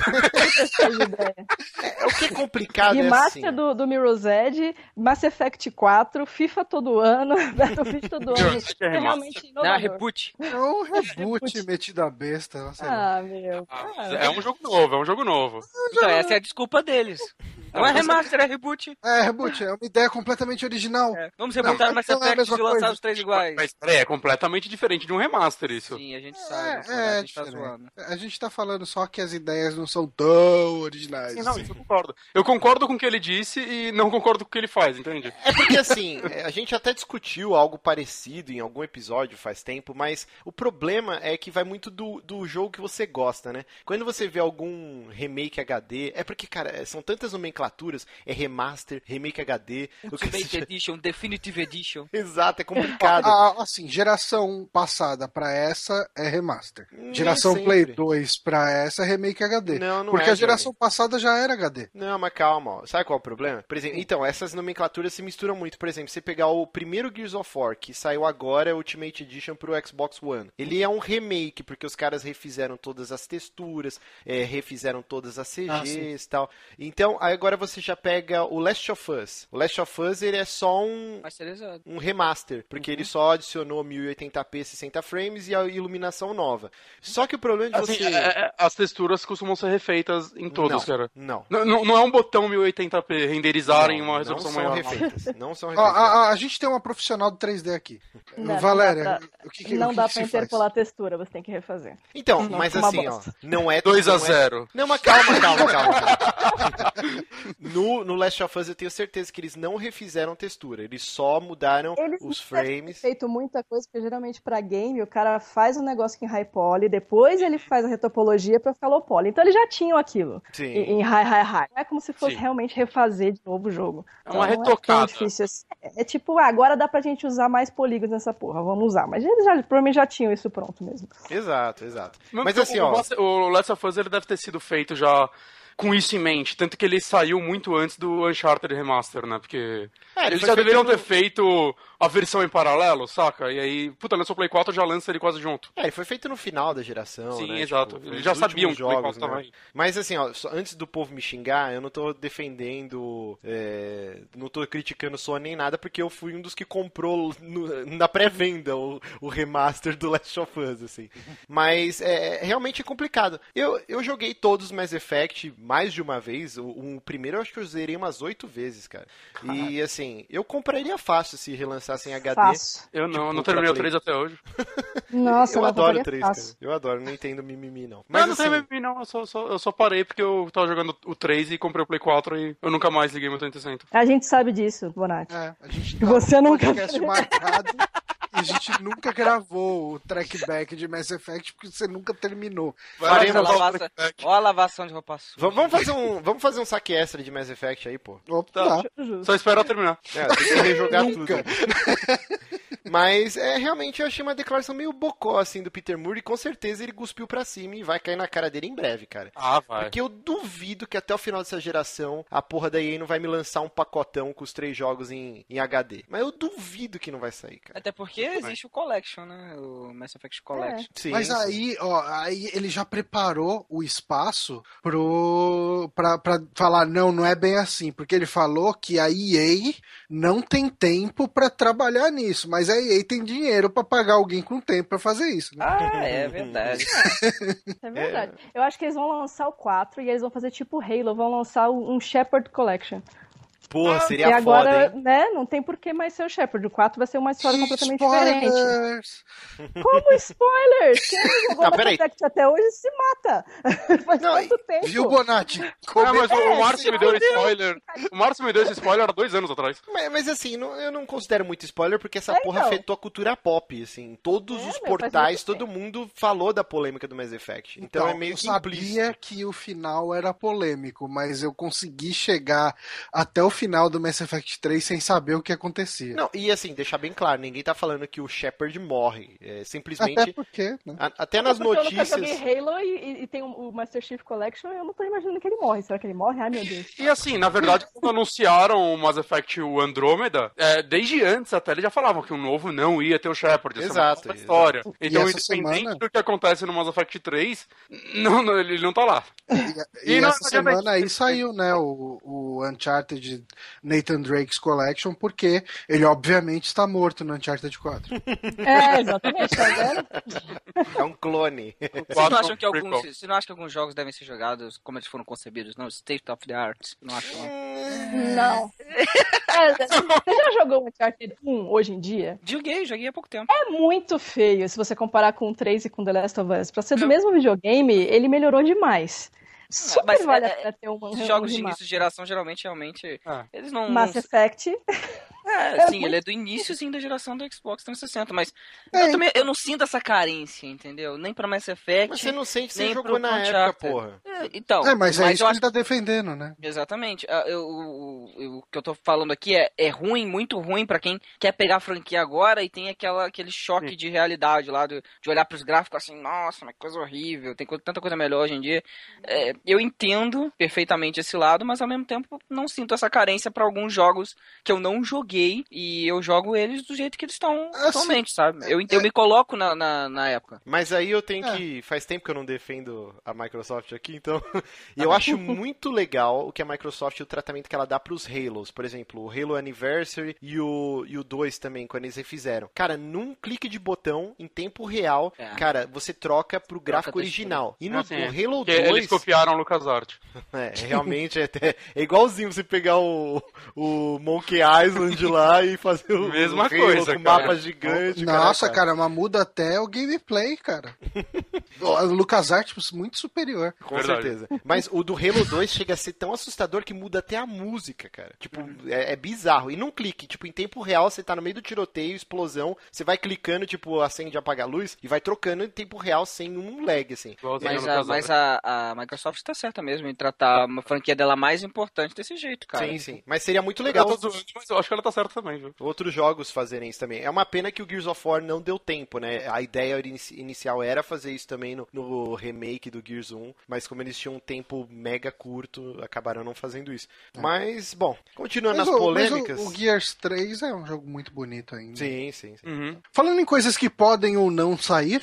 Cheio de ideia. O que é complicado Remaster é assim. do Mirror's Edge, Mass Effect 4, FIFA todo ano, Battlefield todo ano. Isso é realmente inovador. Não, reboot. É um reboot metido a besta. Não sei lá. Meu. É um jogo novo, Então, essa é a desculpa deles. Não é remaster, é reboot. É, reboot, é uma ideia completamente original. Vamos rebootar o Mass Effect e lançar os 3 iguais. Mas peraí, é completamente diferente de um remaster isso. Sim, a gente sabe. A gente tá zoando. A gente tá falando só que as ideias não são tão originais. Sim, não, isso eu concordo. Eu concordo com o que ele disse e não concordo com o que ele faz, entende? É porque assim, a gente até discutiu algo parecido em algum episódio faz tempo, mas o problema é que vai muito do jogo que você gosta, né? Quando você vê algum remake HD, é porque, cara, são tantas nomenclaturas, é remaster, remake HD... Ultimate Edition, Definitive Edition. Exato, é complicado. Assim, geração passada pra essa é remaster. Geração Play 2 pra essa é remake HD. Não porque é, a geração passada já era HD. Não, mas calma, ó. Sabe qual é o problema? Por exemplo, então, essas nomenclaturas se misturam muito. Por exemplo, você pegar o primeiro Gears of War, que saiu agora, Ultimate Edition pro Xbox One. Ele é um remake, porque os caras refizeram todas as texturas, refizeram todas as CGs e tal. Então, aí agora você já pega o Last of Us. O Last of Us, ele é só um remaster, porque ele só adicionou 1080p 60 frames e a iluminação nova. Só que o problema de você... As texturas costumam ser refeitas em todos, cara. Não é um botão 1080p renderizar em uma resolução maior. Não são refeitas. A gente tem uma profissional do 3D aqui. Valéria, não dá pra interpolar a textura, você tem que refazer. Então, mas assim, ó, não é... 2-0. Não, mas calma. No Last of Us eu tenho certeza que eles não refizeram textura, eles só mudaram os frames. Feito muita coisa, porque geralmente pra game o cara faz um negócio em high poly, depois ele faz a retopologia pra ficar low poly. Então eles já tinham aquilo em high. Não é como se fosse realmente refazer de novo o jogo. É uma retocada. Não é tão difícil assim. É tipo, agora dá pra gente usar mais polígonos nessa porra, vamos usar. Mas eles provavelmente já tinham isso pronto mesmo. Exato. Mas assim, o Last of Us ele deve ter sido feito já com isso em mente, tanto que ele saiu muito antes do Uncharted Remaster, né? Porque eles já deveriam ter feito a versão em paralelo, saca? E aí, lançou o Play 4, já lança ele quase junto. Ele foi feito no final da geração, Sim, né? exato. Tipo, eles já sabiam que o Play 4 tava aí. Mas assim, ó, antes do povo me xingar, eu não tô defendendo, não tô criticando Sony nem nada, porque eu fui um dos que comprou na pré-venda o remaster do Last of Us, assim. Mas realmente é complicado. Eu joguei todos os Mass Effect mais de uma vez. O primeiro eu acho que eu zerei umas 8 vezes, cara. E assim, eu compraria fácil se relançassem HD. Fácil. Eu não terminei o 3 até hoje. Nossa, eu adoro o 3, cara. fácil. Eu adoro, não entendo mimimi, não. Mas, não tem mimimi, não. Eu só parei porque eu tava jogando o 3 e comprei o Play 4 e eu nunca mais liguei meu 360. A gente sabe disso, Bonatti. A gente tá Você nunca podcast marcado e a gente nunca gravou o trackback de Mass Effect porque você nunca terminou. Olha a lavação de roupa suja. Vamos fazer um saque extra de Mass Effect aí, pô. Opa, Só esperar eu terminar. Tem que rejogar tudo. Mas realmente eu achei uma declaração meio bocó, assim, do Peter Moore, e com certeza ele cuspiu pra cima e vai cair na cara dele em breve, cara. Vai. Porque eu duvido que até o final dessa geração a porra da EA não vai me lançar um pacotão com os 3 jogos em HD. Mas eu duvido que não vai sair, cara. Até porque existe o Collection, né? O Mass Effect Collection. Sim, mas aí ele já preparou o espaço pra falar, não é bem assim, porque ele falou que a EA não tem tempo pra trabalhar nisso, mas a a EA tem dinheiro pra pagar alguém com tempo pra fazer isso. Né? Ah, é verdade. É verdade. Eu acho que eles vão lançar o 4 e eles vão fazer tipo Halo, vão lançar um Shepard Collection. Porra, seria e agora, foda, hein? né, não tem por que mais ser o Shepard. O 4 vai ser uma história completamente Spoilers! diferente. Como spoilers? Quem jogou Não, Mass peraí. Effect até hoje se mata. Faz Não, quanto tempo? Viu, Bonatti? Mas o Márcio me deu spoiler. O Márcio me deu esse spoiler há 2 anos atrás. Mas assim, eu não considero muito spoiler, porque essa porra então. afetou a cultura pop, assim. Todos os faz portais, muito todo mundo falou da polêmica do Mass Effect. Então é meio eu que sabia implícito. que o final era polêmico, mas eu consegui chegar até o final do Mass Effect 3 sem saber o que acontecia. Não, e assim, deixar bem claro, ninguém tá falando que o Shepard morre. É simplesmente... Até porque, né? Até nas Porque notícias... Eu nunca joguei Halo e tem o Master Chief Collection, eu não tô imaginando que ele morre. Será que ele morre? Ai, meu Deus. E assim, na verdade, quando anunciaram o Mass Effect o Andrômeda, desde antes até eles já falavam que o novo não ia ter o Shepard. Exato, Essa é uma história. E Então, essa independente semana- do que acontece no Mass Effect 3, ele não tá lá. E não essa adianta semana aí isso. saiu, né, o Uncharted Nathan Drake's Collection, porque ele obviamente está morto no Uncharted 4. É, exatamente, tá vendo? É um clone. Vocês não acham que alguns jogos devem ser jogados como eles foram concebidos, não? State of the art. Não acho, não. Não. Você já jogou o Uncharted 1 hoje em dia? Joguei há pouco tempo. É muito feio se você comparar com o 3 e com The Last of Us. Pra ser do mesmo videogame, ele melhorou demais. Super Mas, vale a pena ter um Jogos de remaster. início de geração, geralmente, realmente, eles não... Mass Effect. Sim, ele é do iníciozinho da geração do Xbox 360, mas É, eu não sinto essa carência, entendeu? Nem pra Mass Effect, Mas você não sente que você nem jogou pro na época, Uncharted. porra. Então, mas é isso eu que acho ele tá defendendo, né? Exatamente. O que eu tô falando aqui é ruim, muito ruim pra quem quer pegar a franquia agora e tem aquele choque de realidade lá, de olhar pros gráficos assim, nossa, mas que coisa horrível, tem tanta coisa melhor hoje em dia. Eu entendo perfeitamente esse lado, mas ao mesmo tempo não sinto essa carência pra alguns jogos que eu não joguei e eu jogo eles do jeito que eles estão atualmente, sabe? Eu me coloco na época. Mas aí eu tenho que... Faz tempo que eu não defendo a Microsoft aqui, então... E eu acho muito legal o que a Microsoft, o tratamento que ela dá pros Halos. Por exemplo, o Halo Anniversary e o 2 também, quando eles refizeram. Cara, num clique de botão, em tempo real, cara, você troca pro gráfico original. E no Halo 2... Eles copiaram o LucasArts. Realmente é igualzinho você pegar o Monkey Island lá e fazer o Mesma Halo coisa, com cara. mapa gigante. Nossa, cara, mas muda até o gameplay, cara. O LucasArts muito superior. Com Verdade. certeza. Mas o do Halo 2 chega a ser tão assustador que muda até a música, cara. Tipo, é bizarro. E num clique, tipo, em tempo real, você tá no meio do tiroteio, explosão, você vai clicando, tipo, acende e apaga a luz, e vai trocando em tempo real sem um lag, assim. Mas a Microsoft tá certa mesmo em tratar uma franquia dela mais importante desse jeito, cara. Sim. Mas seria muito legal Mas eu acho que ela tá certa também, viu? outros jogos fazerem isso também. É uma pena que o Gears of War não deu tempo, né? A ideia inicial era fazer isso também no remake do Gears 1, mas como eles tinham um tempo mega curto, acabaram não fazendo isso. Mas, bom, continuando nas polêmicas... Mas o Gears 3 é um jogo muito bonito ainda. Sim. Falando em coisas que podem ou não sair,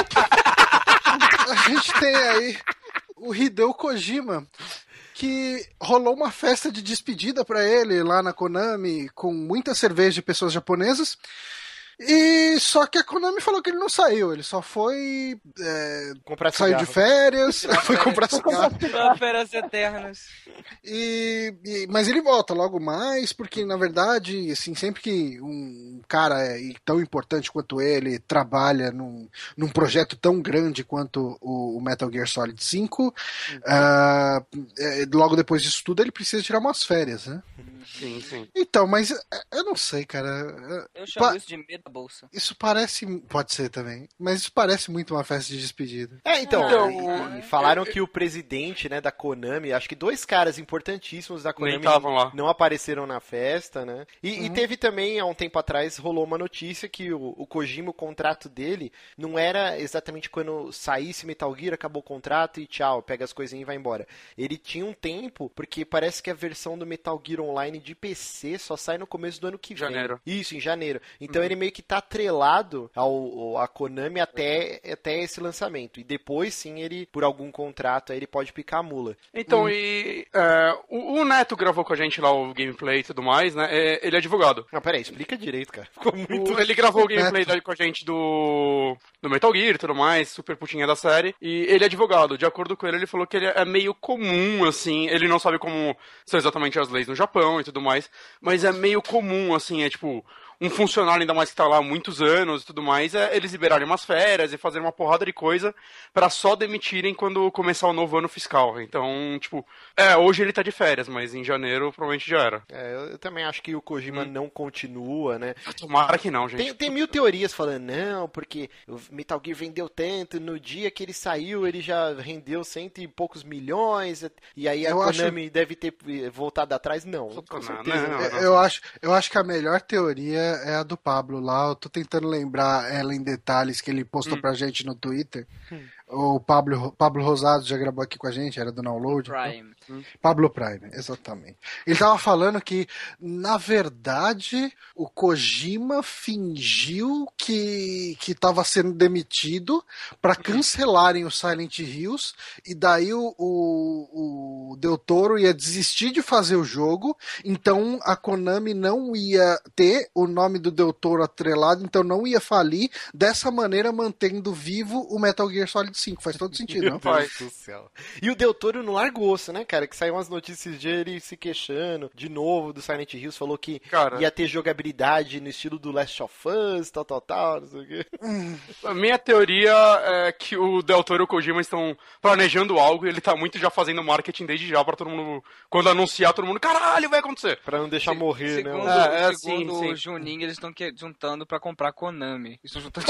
a gente tem aí o Hideo Kojima, que rolou uma festa de despedida pra ele lá na Konami, com muita cerveja de pessoas japonesas. E só que a Konami falou que ele não saiu, ele só foi saiu de férias, foi comprar cigarro. Férias eternas. Mas ele volta logo mais, porque na verdade, assim, sempre que um cara tão importante quanto ele trabalha num projeto tão grande quanto o Metal Gear Solid 5, logo depois disso tudo ele precisa tirar umas férias, né? Sim. Então, mas eu não sei, cara. Eu chamo isso de medo da bolsa. Isso parece. Pode ser também. Mas isso parece muito uma festa de despedida. E falaram que o presidente, né, da Konami, acho que 2 caras importantíssimos da Konami não apareceram na festa, né? E teve também, há um tempo atrás, rolou uma notícia que o Kojima, o contrato dele, não era exatamente quando saísse Metal Gear, acabou o contrato e tchau, pega as coisinhas e vai embora. Ele tinha um tempo, porque parece que a versão do Metal Gear Online de PC só sai no começo do ano que vem. Janeiro. Isso, em janeiro. Então ele meio que estar atrelado a Konami até esse lançamento. E depois, sim, ele, por algum contrato, aí ele pode picar a mula. Então, o Neto gravou com a gente lá o gameplay e tudo mais, né? Ele é advogado. Não, peraí, explica direito, cara. Ficou muito... Ele gravou o gameplay com a gente do Metal Gear e tudo mais, super putinha da série. E ele é advogado. De acordo com ele, ele falou que ele é meio comum, assim. Ele não sabe como são exatamente as leis no Japão e tudo mais. Mas é meio comum, assim. É tipo, um funcionário, ainda mais que tá lá há muitos anos e tudo mais, eles liberarem umas férias e fazerem uma porrada de coisa pra só demitirem quando começar o novo ano fiscal. Então, tipo, hoje ele tá de férias, mas em janeiro provavelmente já era. Eu também acho que o Kojima não continua, né? Tomara que não, gente. Tem mil teorias falando, não, porque o Metal Gear vendeu tanto, no dia que ele saiu ele já rendeu 100 e poucos milhões, e aí a Konami deve ter voltado atrás. Não, com certeza. Eu acho que a melhor teoria é a do Pablo lá. Eu tô tentando lembrar ela em detalhes que ele postou pra gente no Twitter. O Pablo Rosado já gravou aqui com a gente, era do Download. Prime. Pablo Prime, exatamente. Ele tava falando que, na verdade, o Kojima fingiu que tava sendo demitido para cancelarem o Silent Hills, e daí o Del Toro ia desistir de fazer o jogo, então a Konami não ia ter o nome do Del Toro atrelado, então não ia falir, dessa maneira mantendo vivo o Metal Gear Solid 5. Faz todo sentido, não? Meu Deus do céu. E o Del Toro não larga o osso, né, cara? Que saiu umas notícias de ele se queixando de novo do Silent Hills, falou que ia ter jogabilidade no estilo do Last of Us, tal, não sei o quê. A minha teoria é que o Del Toro e o Kojima estão planejando algo e ele tá muito já fazendo marketing desde já pra todo mundo, quando anunciar, todo mundo, caralho, vai acontecer. Pra não deixar morrer, segundo, né? Segundo o Juninho, eles estão juntando pra comprar Konami. Estão juntando...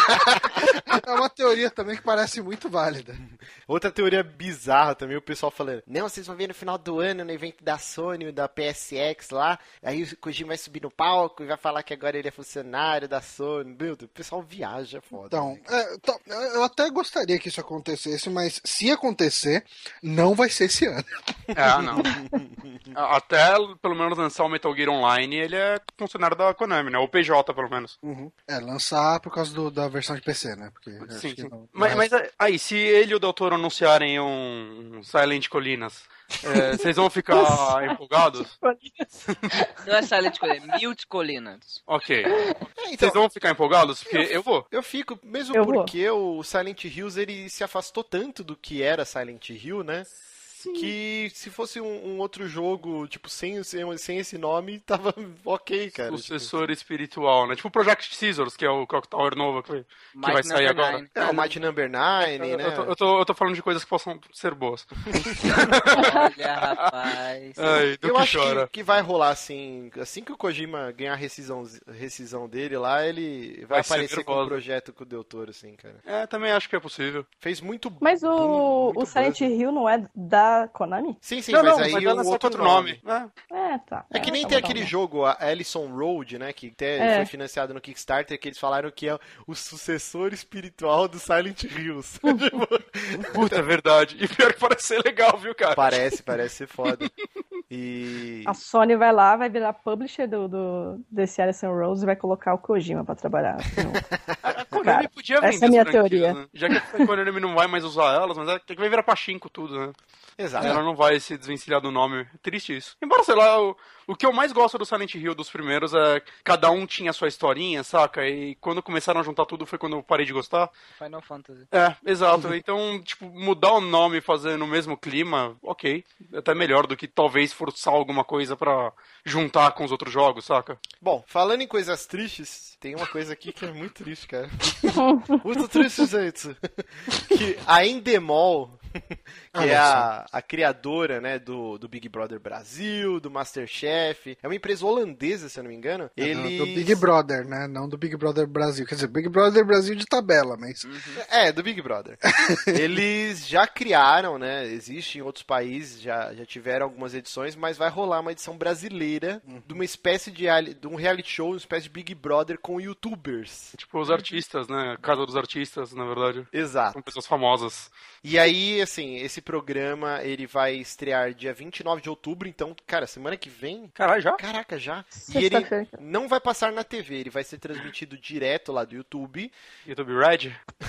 É uma teoria também que parece muito válida. Outra teoria bizarra também, o pessoal falando, não, vocês vão ver no final do ano, no evento da Sony, da PSX lá, aí o Kojima vai subir no palco e vai falar que agora ele é funcionário da Sony. Meu Deus, o pessoal viaja, foda. Então, eu até gostaria que isso acontecesse, mas se acontecer, não vai ser esse ano. Não. Até, pelo menos, lançar o Metal Gear Online, ele é funcionário da Konami, né? O PJ, pelo menos. Lançar por causa da versão de PC, né? Porque sim. Mas aí, se ele e o Del Toro anunciarem um Silent Colinas, vocês vão ficar empolgados? Não é Silent Colinas, é Mute Colinas. Ok. Vocês vão ficar empolgados? Porque eu vou. Eu fico, mesmo porque o Silent Hills, ele se afastou tanto do que era Silent Hill, né? Que se fosse um outro jogo, tipo, sem esse nome, tava ok, cara. Sucessor espiritual, né? Tipo o Project Scissors, que é o Clock Tower novo que vai sair agora. O Mighty Number 9, né? Eu tô falando de coisas que possam ser boas. Olha, rapaz. Ai, eu acho que vai rolar assim que o Kojima ganhar a rescisão dele lá, ele vai aparecer com um projeto com o Del Toro, assim, cara. Também acho que é possível. Fez muito bom. Mas o Silent Hill não é da Konami? Sim, mas aí é um outro nome. Tá. É que nem tem aquele jogo, a Ellison Road, né, que até foi financiado no Kickstarter, que eles falaram que é o sucessor espiritual do Silent Hills. Puta, é verdade. E pior que parece ser legal, viu, cara? Parece ser foda. A Sony vai lá, vai virar publisher desse Ellison Rose e vai colocar o Kojima pra trabalhar. A Konami podia vender essa é a minha teoria. Né? Já que a Konami não vai mais usar elas, mas que vai virar pachinko tudo, né? Exato. Ela não vai se desvencilhar do nome. É triste isso. Embora, sei lá, o que eu mais gosto do Silent Hill dos primeiros é cada um tinha a sua historinha, saca? E quando começaram a juntar tudo foi quando eu parei de gostar. Final Fantasy. Exato. Então, tipo, mudar o nome e fazer no mesmo clima, ok. Até melhor do que talvez forçar alguma coisa pra juntar com os outros jogos, saca? Bom, falando em coisas tristes, tem uma coisa aqui que é muito triste, cara. Muito triste, gente. Que a Endemol, que é a criadora, né, do Big Brother Brasil, do MasterChef, é uma empresa holandesa, se eu não me engano. Do Big Brother, né? Não do Big Brother Brasil. Quer dizer, Big Brother Brasil de tabela, mas... do Big Brother. Eles já criaram, né? Existe em outros países, já tiveram algumas edições, mas vai rolar uma edição brasileira de uma espécie de um reality show, uma espécie de Big Brother com youtubers. Tipo os artistas, né? Casa dos artistas, na verdade. Exato. São pessoas famosas. E aí, assim, esse programa, ele vai estrear dia 29 de outubro, então, cara, semana que vem... Caralho, já? Caraca, já. E ele não vai passar na TV, ele vai ser transmitido direto lá do YouTube. YouTube Red?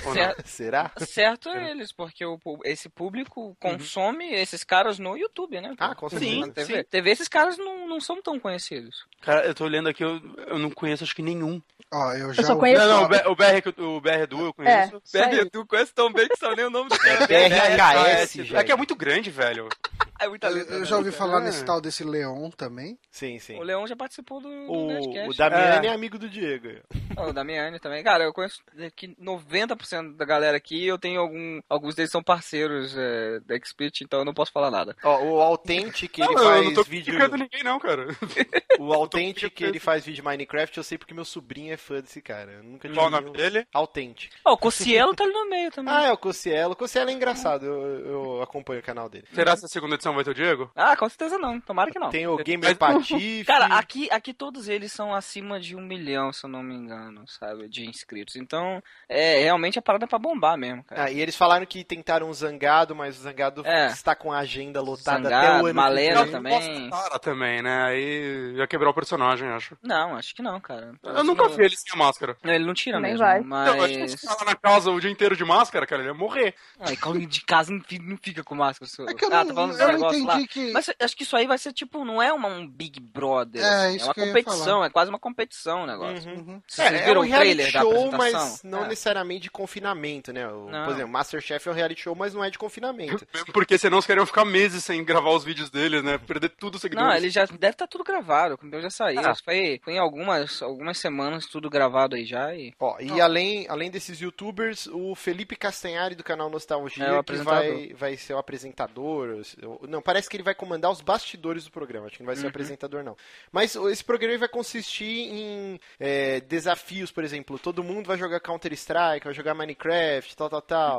Será? Certo eles, porque esse público consome esses caras no YouTube, né? Ah, com certeza. Sim. TV, esses caras não são tão conhecidos. Cara, eu tô olhando aqui, eu não conheço acho que nenhum. Ó, eu só conheço... Não, o BR Edu eu conheço. BR Edu eu conheço tão bem que só nem o nome do cara. BRHS, É que é muito grande, velho. É muita letra. Eu já ouvi falar nesse tal desse Leon também. Sim. O Leon já participou do Nerdcast. O Damiani é amigo do Diego. O Damiani também. Cara, eu conheço que 90% da galera aqui, eu tenho alguns deles são parceiros da XSplit, então eu não posso falar nada. Ó, o Authentic, ele eu faz não tô vídeo... ninguém não, cara. O Authentic, ele faz vídeo Minecraft, eu sei porque meu sobrinho é fã desse cara. Eu nunca Qual o nome dele? Authentic. O Cossielo tá ali no meio também. Ah, é o Cossielo. O Cossielo é engraçado, eu acompanho o canal dele. Será que a segunda edição vai ter o Diego? Ah, com certeza não. Tomara que não. Tem o Gamer Patife. Cara, aqui todos eles são acima de 1 milhão, se eu não me engano, sabe? De inscritos. Então, realmente a parada é pra bombar mesmo, cara. E eles falaram que tentaram o Zangado, mas o Zangado está com a agenda lotada Zangado, até o ano Malena que vem. também. Cara, também, né? Aí ia quebrar o personagem, acho. Não, acho que não, cara. Eu nunca vi ele sem a máscara. Não, ele não tira Nem mesmo, vai. mas... Não, acho que se ficar lá na casa o dia inteiro de máscara, cara, ele ia morrer. E de casa não fica com máscara. É que eu tá não, falando dos eu não negócios entendi lá. que... Mas acho que isso aí vai ser tipo, não é um Big Brother. É, isso uma que eu ia competição, falar. é quase uma competição o negócio. Uhum. Vocês viram um o trailer reality da show, apresentação? mas não necessariamente de confinamento, né? Não. Por exemplo, Masterchef é um reality show, mas não é de confinamento. Mesmo porque senão eles queriam ficar meses sem gravar os vídeos deles, né? Perder tudo o seguidores. Não, ele já deve estar tudo gravado, o meu já saiu. Foi em algumas semanas tudo gravado aí já. E além desses youtubers, o Felipe Castanhari do canal Nostalgia, que vai ser o apresentador. Não, parece que ele vai comandar os bastidores do programa, acho que não vai ser o apresentador, não. Mas esse programa vai consistir em desafios, por exemplo, todo mundo vai jogar Counter-Strike, vai jogar Minecraft, tal.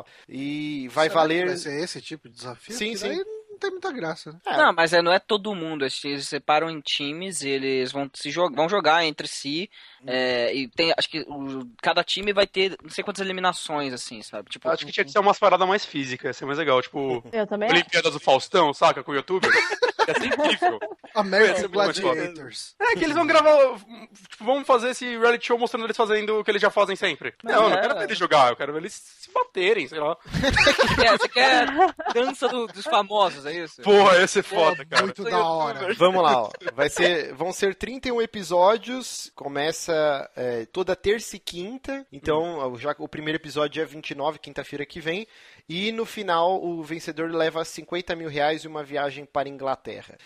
E vai valer... Vai ser esse tipo de desafio? Sim. Não tem muita graça, né? Não, mas não é todo mundo. Eles separam em times, eles vão jogar entre si. E tem, acho que cada time vai ter não sei quantas eliminações, assim, sabe? Tipo, acho que tinha que ser umas paradas mais físicas, ia ser mais legal. Tipo, eu também Olimpíadas do Faustão, saca? Com o YouTube. Ia ser incrível. American Gladiators. Que eles vão gravar. Tipo, vamos fazer esse reality show mostrando eles fazendo o que eles já fazem sempre. Não quero ver eles jogar, eu quero ver eles se baterem, sei lá. Você quer dança dos famosos, é isso? Porra, ia ser foda, cara. Muito da hora. Vamos lá, ó. Vão ser 31 episódios, começa toda terça e quinta, então já o primeiro episódio é 29, quinta-feira que vem, e no final o vencedor leva 50 mil reais e uma viagem para a Inglaterra.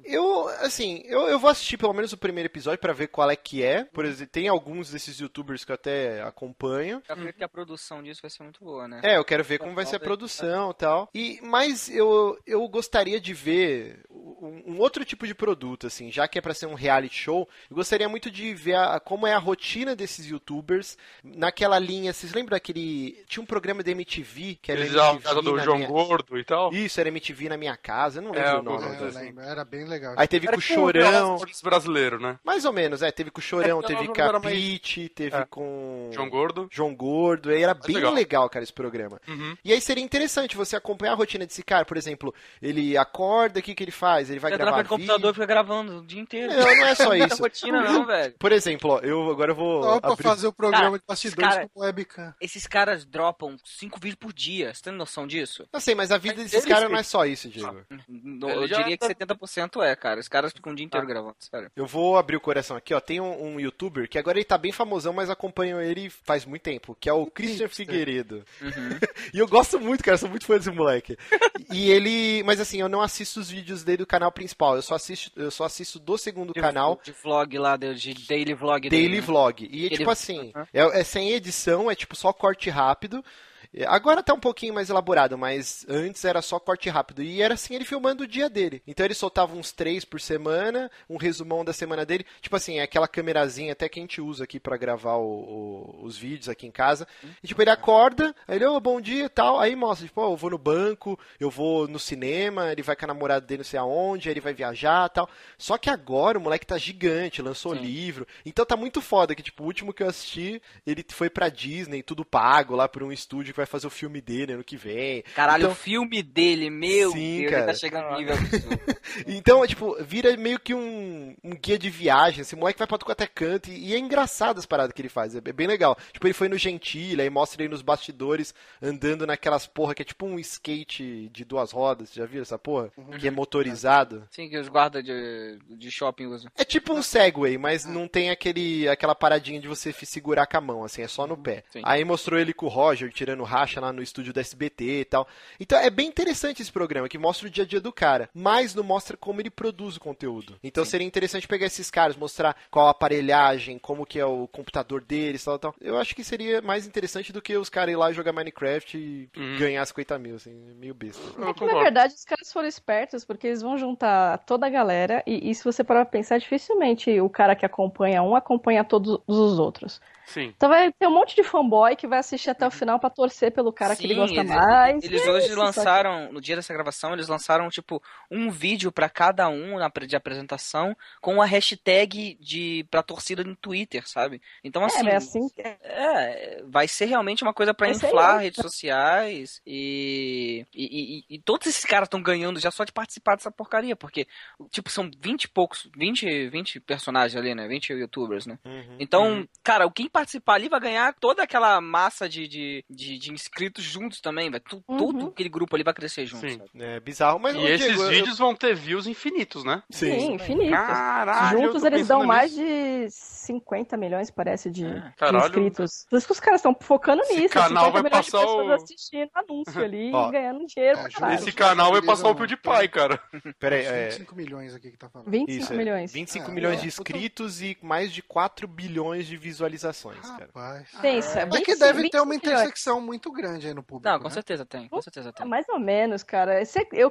Eu vou assistir pelo menos o primeiro episódio para ver qual é que é. Por exemplo, tem alguns desses youtubers que eu até acompanho. Eu acredito que a produção disso vai ser muito boa, né? Eu quero ver como vai ser a produção e tal. Mas eu gostaria de ver um outro tipo de produto, assim, já que é pra ser um reality show, eu gostaria muito de ver como é a rotina desses youtubers naquela linha. Vocês lembram daquele... Tinha um programa da MTV, que era a casa do João Gordo e tal? Isso, era MTV na minha casa, eu não lembro o nome. Eu lembro, era bem legal. Aí teve com o Chorão. Brasileiro, né? Mais ou menos, teve com o Chorão, teve com a Pete, teve com... João Gordo. Aí era bem legal, cara, esse programa. Uhum. E aí seria interessante você acompanhar a rotina desse cara, por exemplo, ele acorda, o que ele faz? Ele vai gravar vídeo. O computador fica gravando o dia inteiro. Não é só isso. Rotina não, velho. Por exemplo, ó, agora eu vou Só pra fazer o programa de bastidores com webcam. Esses caras dropam 5 vídeos por dia. Você tem noção disso? Não sei, mas a vida desses caras não é só isso, Diego. Eu diria que 70% cara. Os caras ficam o dia inteiro gravando, sério. Eu vou abrir o coração aqui, ó. Tem um youtuber que agora ele tá bem famosão, mas acompanho ele faz muito tempo, que é o Christian Figueiredo. E eu gosto muito, cara, sou muito fã desse moleque. E ele... Mas assim, eu não assisto os vídeos dele do canal principal, eu só assisto do segundo canal. De vlog lá, de daily vlog. Daily vlog. E tipo assim, é sem edição, é tipo só corte rápido. Agora tá um pouquinho mais elaborado, mas antes era só corte rápido. E era assim, ele filmando o dia dele. Então ele soltava uns 3 por semana, um resumão da semana dele. Tipo assim, é aquela câmerazinha até que a gente usa aqui pra gravar os vídeos aqui em casa. E tipo, ele acorda, aí ele, bom dia e tal. Aí mostra, tipo, eu vou no banco, eu vou no cinema, ele vai com a namorada dele não sei aonde, aí ele vai viajar e tal. Só que agora o moleque tá gigante, lançou livro. Então tá muito foda que, tipo, o último que eu assisti, ele foi pra Disney, tudo pago lá por um estúdio vai fazer o filme dele ano que vem. Caralho, então, o filme dele, meu sim, Deus, cara. ele tá chegando no nível absurdo. Então, tipo, vira meio que um guia de viagem, esse moleque vai pra tudo até canto, e é engraçado as paradas que ele faz, é bem legal. Tipo, ele foi no Gentili, aí mostra ele nos bastidores, andando naquelas porra que é tipo um skate de 2 rodas, já viram essa porra? Que é motorizado. Sim, que os guardas de shopping usam. É tipo um Segway, mas não tem aquela paradinha de você segurar com a mão, assim, é só no pé. Sim. Aí mostrou ele com o Roger, tirando racha lá no estúdio da SBT e tal. Então é bem interessante esse programa, que mostra o dia a dia do cara, mas não mostra como ele produz o conteúdo. Então seria interessante pegar esses caras, mostrar qual a aparelhagem, como que é o computador deles, tal. Eu acho que seria mais interessante do que os caras ir lá jogar Minecraft e ganhar 50 mil, assim, meio besta. É que, na verdade, os caras foram espertos, porque eles vão juntar toda a galera, e se você parar pra pensar, dificilmente o cara que acompanha um acompanha todos os outros. Sim. Então vai ter um monte de fanboy que vai assistir até o final pra torcer pelo cara que ele gosta mais. Eles hoje lançaram, no dia dessa gravação, eles lançaram, tipo, um vídeo pra cada um de apresentação com a hashtag pra torcida no Twitter, sabe? Então, assim, vai ser realmente uma coisa pra inflar redes sociais e todos esses caras estão ganhando já só de participar dessa porcaria, porque, tipo, são 20 e poucos, 20 personagens ali, né? 20 youtubers, né? Então, cara, quem participar ali vai ganhar toda aquela massa de inscritos juntos também, vai todo aquele grupo ali vai crescer junto. Sim. Sabe? É bizarro, mas... E esses vídeos vão ter views infinitos, né? Sim, infinitos. Caralho, juntos eles dão mais de 50 milhões, parece, de Caralho. inscritos. Por isso que os caras estão focando nisso. Esse canal vai passar de pessoas assistindo anúncio ali e ganhando dinheiro. Esse canal vai passar o PewDiePie, cara. Pera aí, 25 milhões aqui que tá falando. 25 milhões. 25 milhões de inscritos e mais de 4 bilhões de visualizações, cara. Rapaz. Pensa, É que deve ter uma intersecção muito grande aí no público. Não, com né? certeza tem, com certeza tem. Mais ou menos, cara.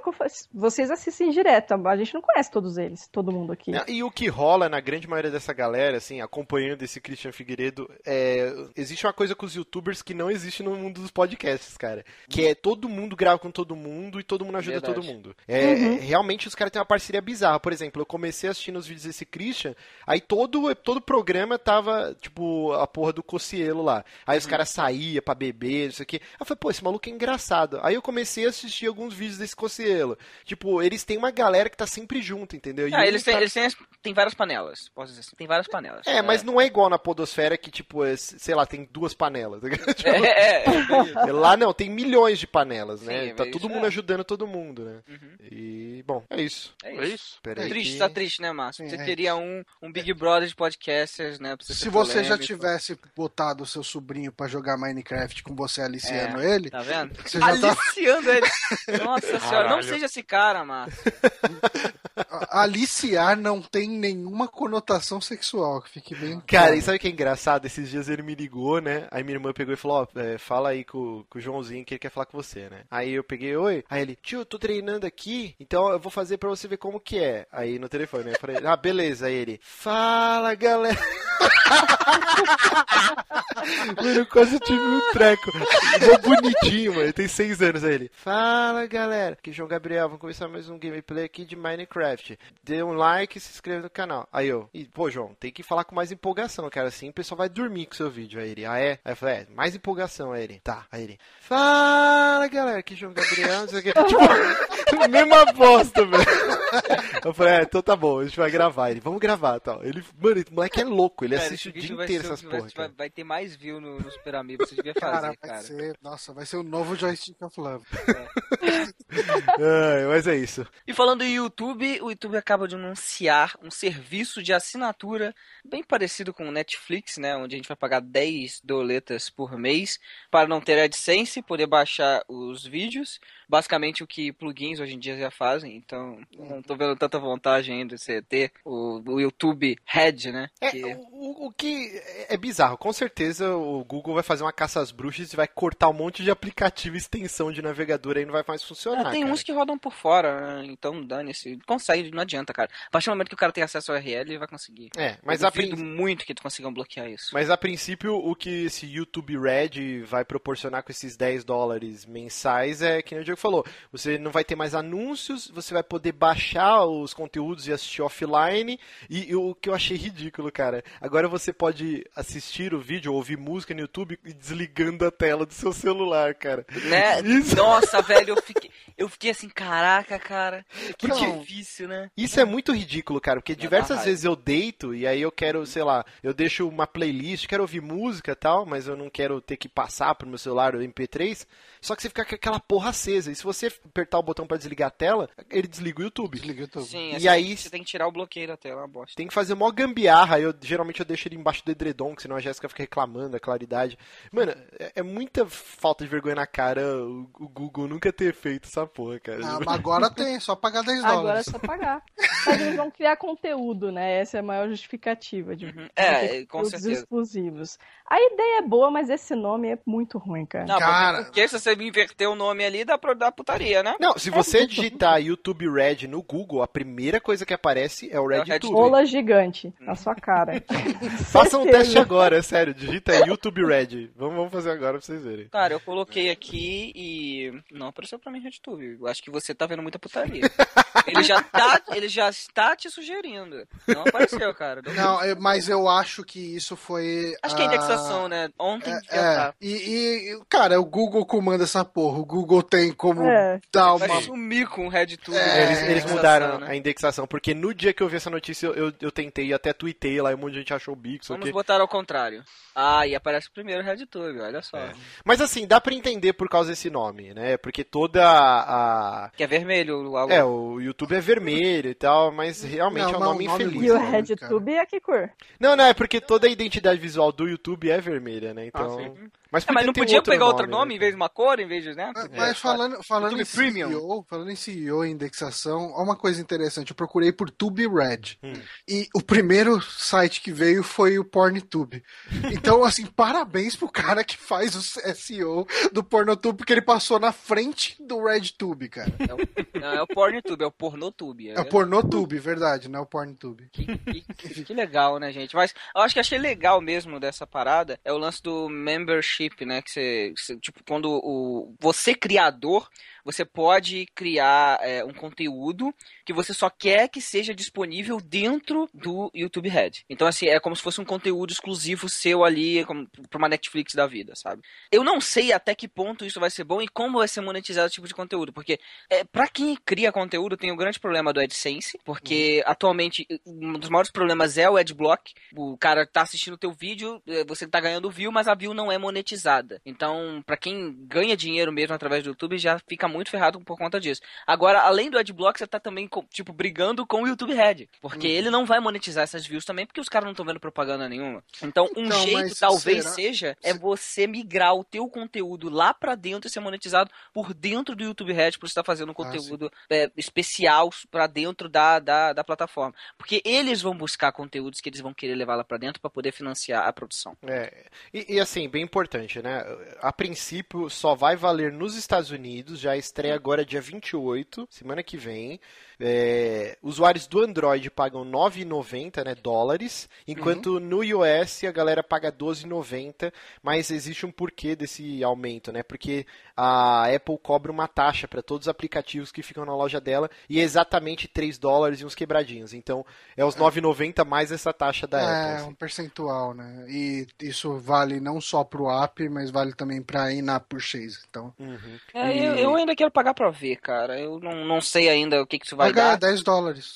Vocês assistem direto, a gente não conhece todos eles, todo mundo aqui. E o que rola na grande maioria dessa galera, assim, acompanhando esse Christian Figueiredo, existe uma coisa com os youtubers que não existe no mundo dos podcasts, cara. Que é todo mundo grava com todo mundo e todo mundo ajuda todo mundo. Realmente os caras têm uma parceria bizarra. Por exemplo, eu comecei assistindo os vídeos desse Christian, aí todo programa tava, tipo, a porra do Cocielo lá. Aí os caras saíam pra beber, não sei o quê. Aí eu falei, pô, esse maluco é engraçado. Aí eu comecei a assistir alguns vídeos desse Cocielo. Tipo, eles têm uma galera que tá sempre junto, entendeu? Eles têm várias panelas, posso dizer assim. Tem várias panelas. Mas não é igual na podosfera que, tipo, sei lá, tem 2 panelas. Tipo, lá não, tem milhões de panelas, né? Sim, tá todo mundo ajudando todo mundo, né? E, bom, é isso. É isso. Tá triste, né, Márcio? Você queria um Big Brother de podcasters, né? Pra você Se você já tivesse botado o seu sobrinho pra jogar Minecraft com você aliciando ele... Tá vendo? Você já aliciando ele. Nossa senhora, não seja esse cara, Márcio. Aliciar não tem nenhuma conotação sexual, que fique bem... Cara, e sabe o que é engraçado? Esses dias ele me ligou, né? Aí minha irmã pegou e falou, fala aí com o Joãozinho que ele quer falar com você, né? Aí eu peguei, oi. Aí ele, tio, eu tô treinando aqui, então eu vou fazer pra você ver como que é. Aí no telefone, né? Eu falei, beleza. Aí ele, fala, galera. Mano, eu quase tive um treco. Igual bonitinho, mano. Ele tem 6 anos. Aí ele, fala, galera. Aqui, João Gabriel, vamos começar mais um gameplay aqui de Minecraft. Dê um like e se inscreva no canal. Aí eu, pô, João, tem que falar com mais empolgação, cara. Assim o pessoal vai dormir com o seu vídeo. Aí ele, é? Aí eu falei, mais empolgação. Aí ele, tá. Aí ele, fala, galera. Aqui, João Gabriel, não sei o que. Tipo, mesma bosta, velho. Eu falei, então tá bom, a gente vai gravar. Ele, vamos gravar, tal. Ele, mano, o moleque é louco, ele assiste o dia inteiro essas porra. Vai ter mais view no Super Amigo, você devia fazer, cara. Vai ser o novo Joystick of Love. Mas é isso. E falando em YouTube, o YouTube acaba de anunciar um serviço de assinatura bem parecido com o Netflix, né? Onde a gente vai pagar 10 doletas por mês para não ter AdSense, poder baixar os vídeos. Basicamente o que plugins hoje em dia já fazem, então não tô vendo tanta vantagem ainda de você ter o YouTube Red, né? O que é bizarro, com certeza o Google vai fazer uma caça às bruxas e vai cortar um monte de aplicativo e extensão de navegador aí não vai mais funcionar. Tem uns que rodam por fora, né? Então dane-se, consegue, não adianta, cara. A partir do momento que o cara tem acesso ao URL, ele vai conseguir. Mas eu duvido muito que eles consigam bloquear isso. Mas a princípio, o que esse YouTube Red vai proporcionar com esses $10 mensais é, que nem o Diego que falou. Você não vai ter mais anúncios, você vai poder baixar os conteúdos e assistir offline. E o que eu achei ridículo, cara. Agora você pode assistir o vídeo ou ouvir música no YouTube desligando a tela do seu celular, cara. Né? Nossa, velho, eu fiquei assim, caraca, cara. Que difícil, né? Isso é muito ridículo, cara, porque diversas vezes eu deito e aí eu quero, sei lá, eu deixo uma playlist, quero ouvir música e tal, mas eu não quero ter que passar pro meu celular o MP3, só que você fica com aquela porra acesa. E se você apertar o botão pra desligar a tela, ele desliga o YouTube. Sim, e aí você tem que tirar o bloqueio da tela, é uma bosta. Tem que fazer mó gambiarra. Geralmente eu deixo ele embaixo do edredom, que senão a Jéssica fica reclamando da claridade. Mano, é muita falta de vergonha na cara o Google nunca ter feito essa porra, cara. Mas agora tem, é só pagar $10. Agora é só pagar. Mas eles vão criar conteúdo, né? Essa é a maior justificativa de com certeza. Exclusivos. A ideia é boa, mas esse nome é muito ruim, cara. Não, porque se você inverter o nome ali, dá pra dar putaria, né? Não, se você digitar YouTube Red no Google, a primeira coisa que aparece é o RedTube. Rola gigante na sua cara. Faça um teste agora, sério. Digita YouTube Red. Vamos fazer agora pra vocês verem. Cara, eu coloquei aqui e não apareceu pra mim RedTube. Eu acho que você tá vendo muita putaria. Ele já está te sugerindo. Não apareceu, cara. Não, mas eu acho que isso foi... Acho que é indexação, né? Ontem cara, o Google comanda essa porra. O Google tem como dar uma... Vai sumir com o RedTube. Eles mudaram a indexação, porque no dia que eu vi essa notícia, eu tentei, até tuitei lá, e um monte de gente achou o bico. Vamos botar ao contrário. E aparece primeiro o RedTube, olha só. Mas assim, dá pra entender por causa desse nome, né? Porque toda a... Que é vermelho. O YouTube é vermelho e tal, mas realmente é um nome infeliz. E o RedTube é que cor? Não, é porque toda a identidade visual do YouTube é vermelha, né? Então... Mas não podia pegar outro nome em vez de uma cor, em vez de, né? Mas falando em CEO e indexação, olha uma coisa interessante. Eu procurei por TubeRed. E o primeiro site que veio foi o PornTube. Então, assim, parabéns pro cara que faz o SEO do PornoTube, porque ele passou na frente do RedTube, cara. Não, é o PornTube, é o Pornotube. É o Pornotube, verdade, não é o PornTube. Que legal, né, gente? Mas eu acho que achei legal mesmo dessa parada é o lance do membership, né? Que você tipo, quando você criador, você pode criar um conteúdo que você só quer que seja disponível dentro do YouTube Red. Então, assim, é como se fosse um conteúdo exclusivo seu ali, para uma Netflix da vida, sabe? Eu não sei até que ponto isso vai ser bom e como vai ser monetizado esse tipo de conteúdo, porque para quem cria conteúdo tem um grande problema do AdSense, porque atualmente um dos maiores problemas é o Adblock. O cara tá assistindo o teu vídeo, você tá ganhando view, mas a view não é monetizada. Então, para quem ganha dinheiro mesmo através do YouTube, já fica muito ferrado por conta disso. Agora, além do Adblock, você tá também, tipo, brigando com o YouTube Red, porque ele não vai monetizar essas views também, porque os caras não estão vendo propaganda nenhuma. Então, um jeito, talvez seja, você migrar o teu conteúdo lá pra dentro e ser monetizado por dentro do YouTube Red, por você estar fazendo um conteúdo especial pra dentro da plataforma. Porque eles vão buscar conteúdos que eles vão querer levar lá pra dentro pra poder financiar a produção. E assim, bem importante, né? A princípio, só vai valer nos Estados Unidos, já estreia agora dia 28, semana que vem. Usuários do Android pagam $9,90, né, dólares, enquanto no iOS a galera paga $12,90, mas existe um porquê desse aumento, né? Porque a Apple cobra uma taxa para todos os aplicativos que ficam na loja dela e é exatamente $3 e uns quebradinhos. Então é os $9,90 mais essa taxa da Apple. Assim. Um percentual, né? E isso vale não só pro app, mas vale também pra in-app purchase. Então, eu ainda quero pagar pra ver, cara. Eu não sei ainda o que isso vai dar. $10.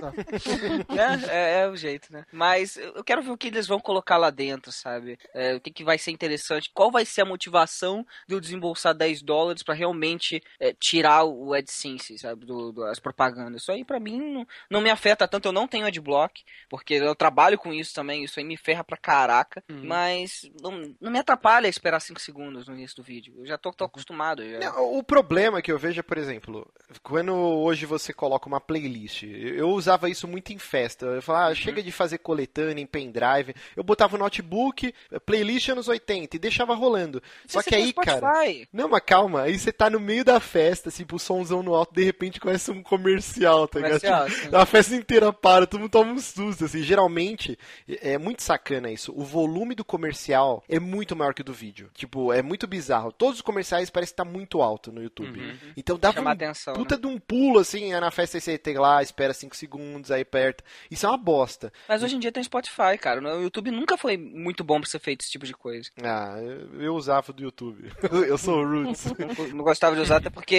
É o jeito, né? Mas eu quero ver o que eles vão colocar lá dentro, sabe? O que vai ser interessante. Qual vai ser a motivação de eu desembolsar $10 pra realmente tirar o AdSense, sabe? As propagandas. Isso aí pra mim não me afeta tanto. Eu não tenho Adblock, porque eu trabalho com isso também. Isso aí me ferra pra caraca. Mas não me atrapalha esperar 5 segundos no início do vídeo. Eu já tô acostumado. Não, o problema que eu vejo é, por exemplo, quando hoje você coloca com uma playlist. Eu usava isso muito em festa. Eu falava, chega de fazer coletânea em pendrive. Eu botava o notebook, playlist anos 80 e deixava rolando. Só que aí, cara... Não, mas calma. Aí você tá no meio da festa, assim, o somzão no alto, de repente começa um comercial, tá ligado? Tipo, a festa inteira para, todo mundo toma um susto, assim. Geralmente, é muito sacana isso. O volume do comercial é muito maior que o do vídeo. Tipo, é muito bizarro. Todos os comerciais parecem estar muito alto no YouTube. Então dava puta de um pulo, assim, na festa você tem lá, espera 5 segundos, aí aperta. Isso é uma bosta. Mas hoje em dia tem Spotify, cara. O YouTube nunca foi muito bom pra ser feito esse tipo de coisa. Ah, eu usava do YouTube. Eu sou o Roots. Não gostava de usar até porque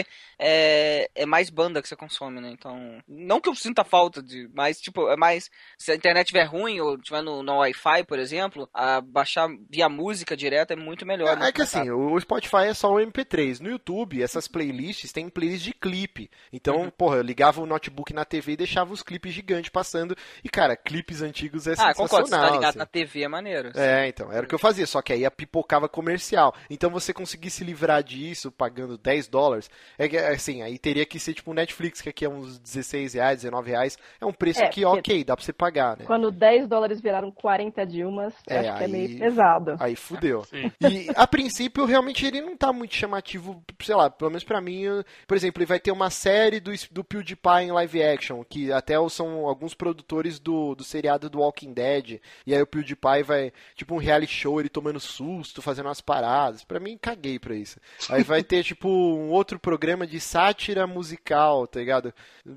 é mais banda que você consome, né? Então, não que eu sinta falta de, mas tipo, é mais, se a internet estiver ruim ou estiver no Wi-Fi, por exemplo, baixar via música direto é muito melhor. É que assim, o Spotify é só o MP3. No YouTube, essas playlists tem playlist de clipe. Então, porra, eu ligava o notebook na TV e deixava os clipes gigantes passando. E, cara, clipes antigos é sensacional. Concordo, você tá ligado assim. Na TV é maneiro. Assim. Então, era o que eu fazia, só que aí pipocava comercial. Então, você conseguir se livrar disso pagando $10, assim, aí teria que ser tipo um Netflix, que aqui é uns R$16, R$19. É um preço que, ok, dá pra você pagar, né? Quando $10 viraram 40 Dilmas, acho que é meio pesado. Aí fudeu. E, a princípio, realmente ele não tá muito chamativo, sei lá, pelo menos pra mim, por exemplo, ele vai ter uma série do PewDiePie em live action, que até são alguns produtores do seriado do Walking Dead, e aí o PewDiePie vai, tipo um reality show, ele tomando susto, fazendo umas paradas. Pra mim, caguei pra isso. Aí vai ter, tipo, um outro programa de sátira musical, tá ligado?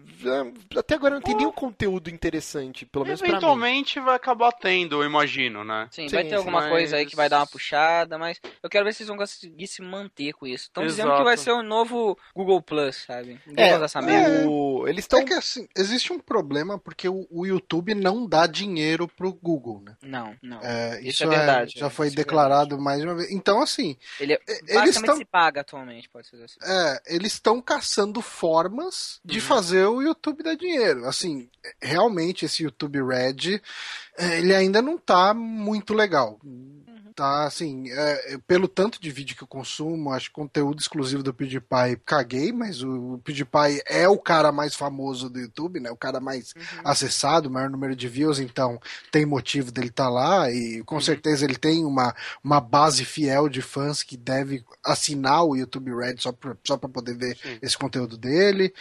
Até agora não tem nenhum conteúdo interessante, pelo menos pra mim. Eventualmente vai acabar tendo, eu imagino, né? Sim, vai ter alguma coisa aí que vai dar uma puxada, mas eu quero ver se eles vão conseguir se manter com isso. Estão dizendo que vai ser o novo Google Plus, sabe? Essa merda. Eles estão... É que assim, existe um problema porque o YouTube não dá dinheiro pro Google, né? Não. Isso é verdade. Já foi declarado mais uma vez. Então, assim... Ele basicamente se paga atualmente, pode ser assim. Eles estão caçando formas de fazer o YouTube dar dinheiro. Assim, realmente esse YouTube Red, ele ainda não tá muito legal. Tá, assim, pelo tanto de vídeo que eu consumo, acho que conteúdo exclusivo do PewDiePie, caguei, mas o PewDiePie é o cara mais famoso do YouTube, né? O cara mais acessado, o maior número de views, então tem motivo dele estar lá e com certeza ele tem uma base fiel de fãs que deve assinar o YouTube Red só pra poder ver esse conteúdo dele.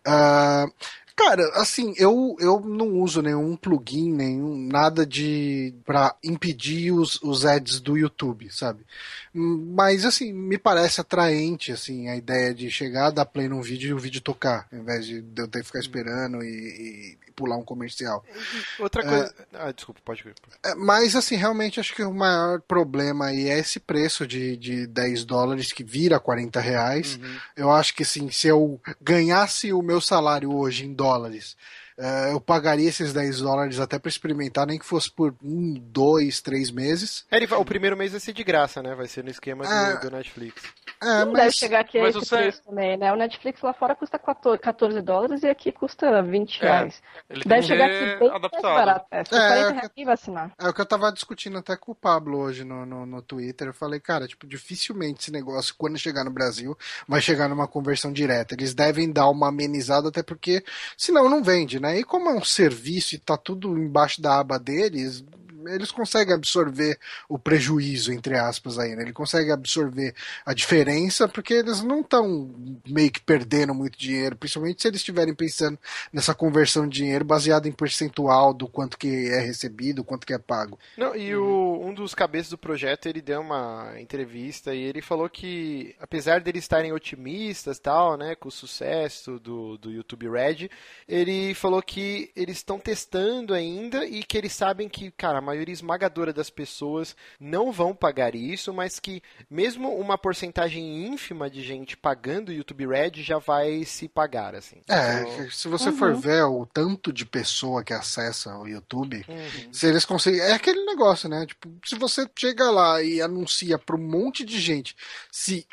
Cara, assim, eu não uso nenhum plugin, nada pra impedir os ads do YouTube, sabe? Mas, assim, me parece atraente, assim, a ideia de chegar, dar play num vídeo e o vídeo tocar, ao invés de eu ter que ficar esperando e pular um comercial. Outra coisa... desculpa, pode ver. Mas, assim, realmente acho que o maior problema aí é esse preço de $10 que vira R$40. Eu acho que, assim, se eu ganhasse o meu salário hoje em dólares, eu pagaria esses $10 até pra experimentar, nem que fosse por 1, 2, 3 meses. O primeiro mês vai ser de graça, né? Vai ser no esquema do Netflix. Não deve chegar aqui a esse preço também, né? O Netflix lá fora custa $14 e aqui custa R$20. Deve chegar aqui bem mais barato. R$40 vai assinar. É o que eu tava discutindo até com o Pablo hoje no Twitter. Eu falei, cara, tipo, dificilmente esse negócio, quando chegar no Brasil, vai chegar numa conversão direta. Eles devem dar uma amenizada, até porque senão não vende, né? E como é um serviço e tá tudo embaixo da aba deles, eles conseguem absorver o prejuízo, entre aspas, aí, né? Ele consegue absorver a diferença, porque eles não estão meio que perdendo muito dinheiro, principalmente se eles estiverem pensando nessa conversão de dinheiro baseada em percentual do quanto que é recebido, quanto que é pago. Não, e um dos cabeças do projeto, ele deu uma entrevista e ele falou que, apesar deles estarem otimistas, tal, né, com o sucesso do YouTube Red, ele falou que eles estão testando ainda e que eles sabem que, cara, a maioria esmagadora das pessoas não vão pagar isso, mas que mesmo uma porcentagem ínfima de gente pagando o YouTube Red já vai se pagar, assim. Se você for ver o tanto de pessoa que acessa o YouTube, se eles conseguem... É aquele negócio, né? Tipo, se você chega lá e anuncia para um monte de gente, se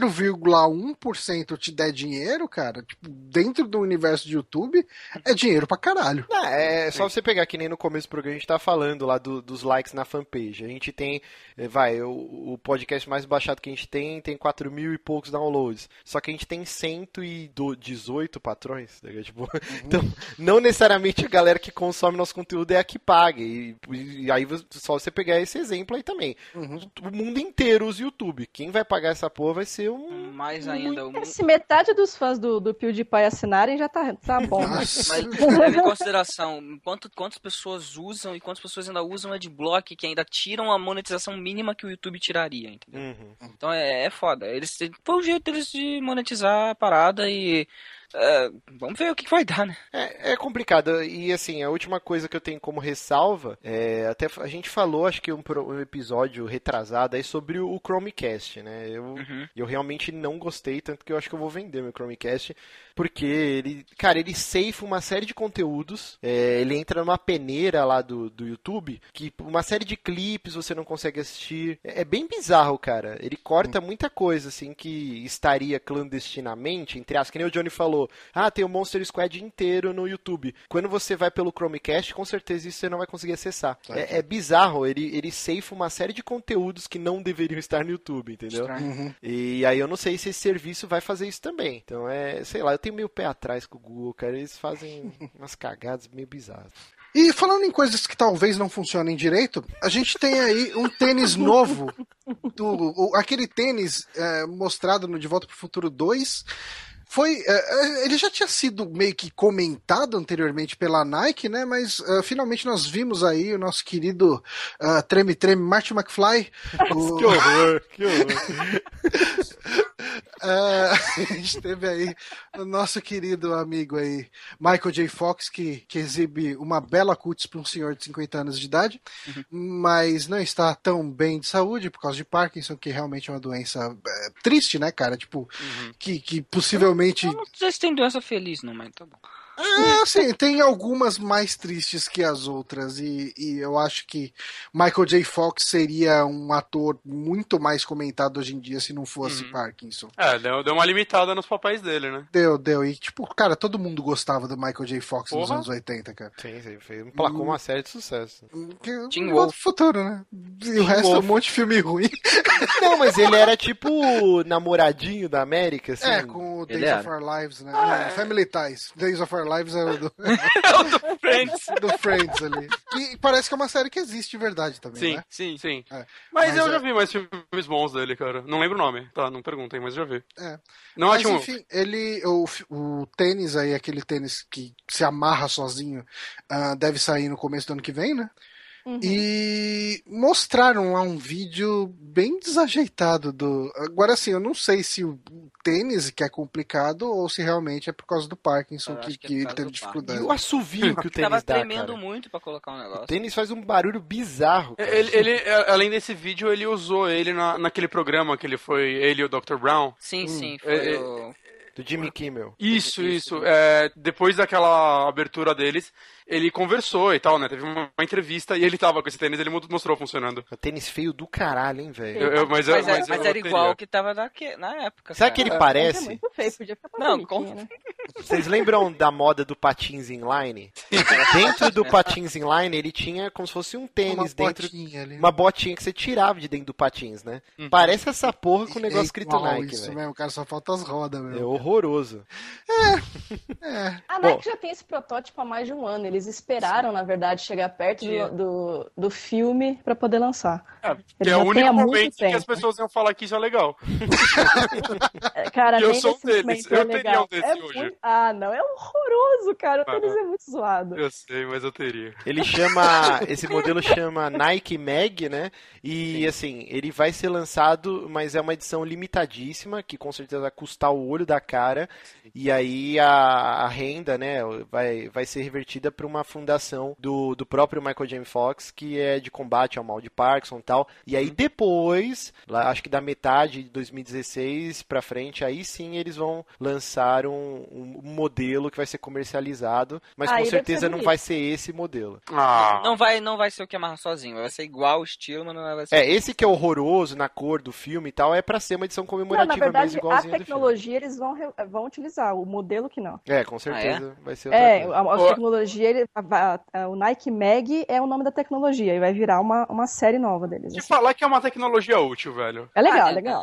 0,1% te der dinheiro, cara, tipo, dentro do universo de YouTube, é dinheiro pra caralho. É só você pegar, que nem no começo do programa a gente tá falando lá dos likes na fanpage. A gente tem, o podcast mais baixado que a gente tem 4.000 e poucos downloads. Só que a gente tem 118 patrões. Né? Tipo, então, não necessariamente a galera que consome nosso conteúdo é a que paga. E aí, só você pegar esse exemplo aí também. O mundo inteiro usa YouTube. Quem vai pagar essa porra vai ser mais ainda. Se metade dos fãs do PewDiePie assinarem, já tá bom. Mas leve em consideração quantas pessoas usam e quantas pessoas ainda usam adblock, que ainda tiram a monetização mínima que o YouTube tiraria, entendeu? Então é foda. Foi o jeito deles de monetizar a parada e... vamos ver o que vai dar, né? É complicado. E assim, a última coisa que eu tenho como ressalva, até a gente falou, acho que um episódio retrasado aí sobre o Chromecast, né? Eu realmente não gostei, tanto que eu acho que eu vou vender meu Chromecast, porque ele ceifa uma série de conteúdos, ele entra numa peneira lá do YouTube, que uma série de clipes você não consegue assistir. É bem bizarro, cara. Ele corta muita coisa, assim, que estaria clandestinamente, entre as que nem o Johnny falou. Tem o Monster Squad inteiro no YouTube. Quando você vai pelo Chromecast, com certeza isso você não vai conseguir acessar. É bizarro, ele ceifa uma série de conteúdos que não deveriam estar no YouTube, entendeu? E aí eu não sei se esse serviço vai fazer isso também. Então sei lá, eu tenho meio pé atrás com o Google, cara. Eles fazem umas cagadas meio bizarras. E falando em coisas que talvez não funcionem direito, a gente tem aí um tênis novo, aquele tênis mostrado no De Volta pro Futuro 2, ele já tinha sido meio que comentado anteriormente pela Nike, né? Mas finalmente nós vimos aí o nosso querido treme-treme Marty McFly. Que horror, que horror. A gente teve aí o nosso querido amigo aí, Michael J. Fox, que exibe uma bela cutis para um senhor de 50 anos de idade, mas não está tão bem de saúde por causa de Parkinson, que realmente é uma doença triste, né, cara? Tipo, que possivelmente... Eu não sei se tem doença feliz, não, mas tá bom. Sim, tem algumas mais tristes que as outras, e eu acho que Michael J. Fox seria um ator muito mais comentado hoje em dia se não fosse Parkinson. Deu uma limitada nos papéis dele, né? Deu. E, tipo, cara, todo mundo gostava do Michael J. Fox nos anos 80, cara. Sim, emplacou uma série de sucesso. Teen Wolf. Futuro, né? E o resto é um monte de filme ruim. Não, mas ele era tipo namoradinho da América, assim. Com o Days of Our Lives, né? Family Ties. Days of Our Lives é o do... É o do Friends. Do Friends ali. E parece que é uma série que existe de verdade também, né? Sim. Mas eu já vi mais filmes bons dele, cara. Não lembro o nome, tá? Não perguntem, mas já vi. Mas enfim, o tênis aí, aquele tênis que se amarra sozinho, deve sair no começo do ano que vem, né? E mostraram lá um vídeo bem desajeitado Agora sim, eu não sei se o tênis que é complicado ou se realmente é por causa do Parkinson que ele teve dificuldade. E o assovio que o tênis tava dá, tremendo cara. muito pra colocar um negócio. O tênis faz um barulho bizarro, cara. Ele, além desse vídeo, ele usou ele naquele programa que ele e o Dr. Brown. Sim, foi o... Do Jimmy Kimmel. Isso. Depois daquela abertura deles, ele conversou e tal, né? Teve uma entrevista e ele tava com esse tênis, ele mostrou funcionando. O tênis feio do caralho, hein, velho? Mas era igual que tava na época. Sabe que ele parece? É muito feio, podia ficar mais bonitinho, né? Vocês lembram da moda do patins inline? Dentro do patins inline, ele tinha como se fosse um tênis dentro. Uma botinha que você tirava de dentro do patins, né? Parece essa porra com o negócio escrito Nike, isso velho. mesmo, cara, só falta as rodas, É meu. horroroso. A Nike já tem esse protótipo há mais de um ano. Eles esperaram, na verdade, chegar perto do filme pra poder lançar. É o único momento que as pessoas iam falar que isso é legal. Cara, eu sou um deles. Eu teria um desse hoje. Não, é horroroso, cara. O tênis é muito zoado. Eu sei, mas eu teria. Esse modelo chama Nike Mag, né? E assim, ele vai ser lançado, mas é uma edição limitadíssima, que com certeza vai custar o olho da cara. E aí a renda, né, vai ser revertida para uma fundação do próprio Michael J. Fox, que é de combate ao mal de Parkinson e tal. E aí depois, acho que da metade de 2016 pra frente, aí sim eles vão lançar um modelo que vai ser comercializado, mas com certeza não vai ser esse modelo. Não vai ser o que amarra sozinho, vai ser igual o estilo, mas não vai ser. Esse que é horroroso na cor do filme e tal, é pra ser uma edição comemorativa na verdade, mesmo, igualzinho a tecnologia eles vão vão utilizar, o modelo que não. Com certeza vai ser outra coisa. A tecnologia, o Nike Mag é o nome da tecnologia, e vai virar uma série nova deles. De falar que é uma tecnologia útil, velho. É legal, legal.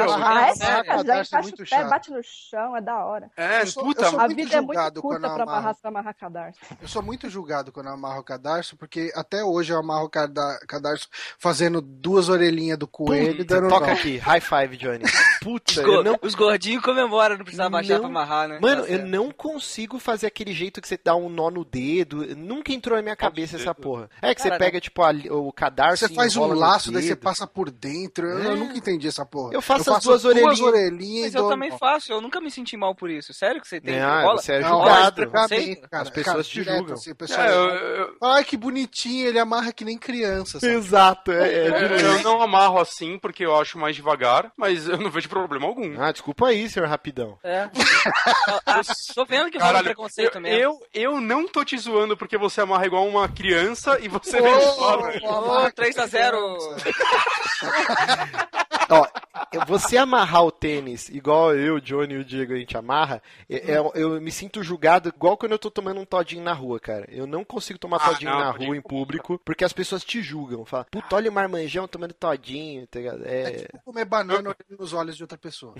Bate no chão, é da hora. A vida é muito curta pra amarrar cadarço. Eu sou muito julgado quando eu amarro o cadarço, porque até hoje eu amarro o cadarço fazendo 2 orelhinhas do coelho e dando toca aqui, high five, Johnny. Puta, os gordinhos comemoram, não precisa baixar pra amarrar, né? Mano, eu não consigo fazer aquele jeito que você dá um nó no dedo. Nunca entrou na minha cabeça essa porra. É que você pega, tipo, o cadarço. Você faz um laço, daí você passa por dentro. Eu nunca entendi essa porra. Eu faço as 2 orelhinhas. Mas eu também faço, eu nunca me senti mal por isso. Sério que você tem? Você é julgado. As pessoas te julgam. Assim, ai, que bonitinho, ele amarra que nem criança. Sabe? Exato. Eu não amarro assim porque eu acho mais devagar, mas eu não vejo problema algum. Desculpa aí, senhor Rapidão. Eu tô vendo que rola preconceito mesmo. Eu não tô te zoando porque você amarra igual uma criança e você vem fora. 3-0. Ó, você amarrar o tênis igual eu, Johnny e o Diego a gente amarra, eu me sinto julgado igual quando eu tô tomando um todinho na rua, cara. Eu não consigo tomar todinho na rua em público porque as pessoas te julgam. Falam, puta, olha o marmanjão tomando todinho, tá ligado? É tipo comer banana nos olhos de outra pessoa.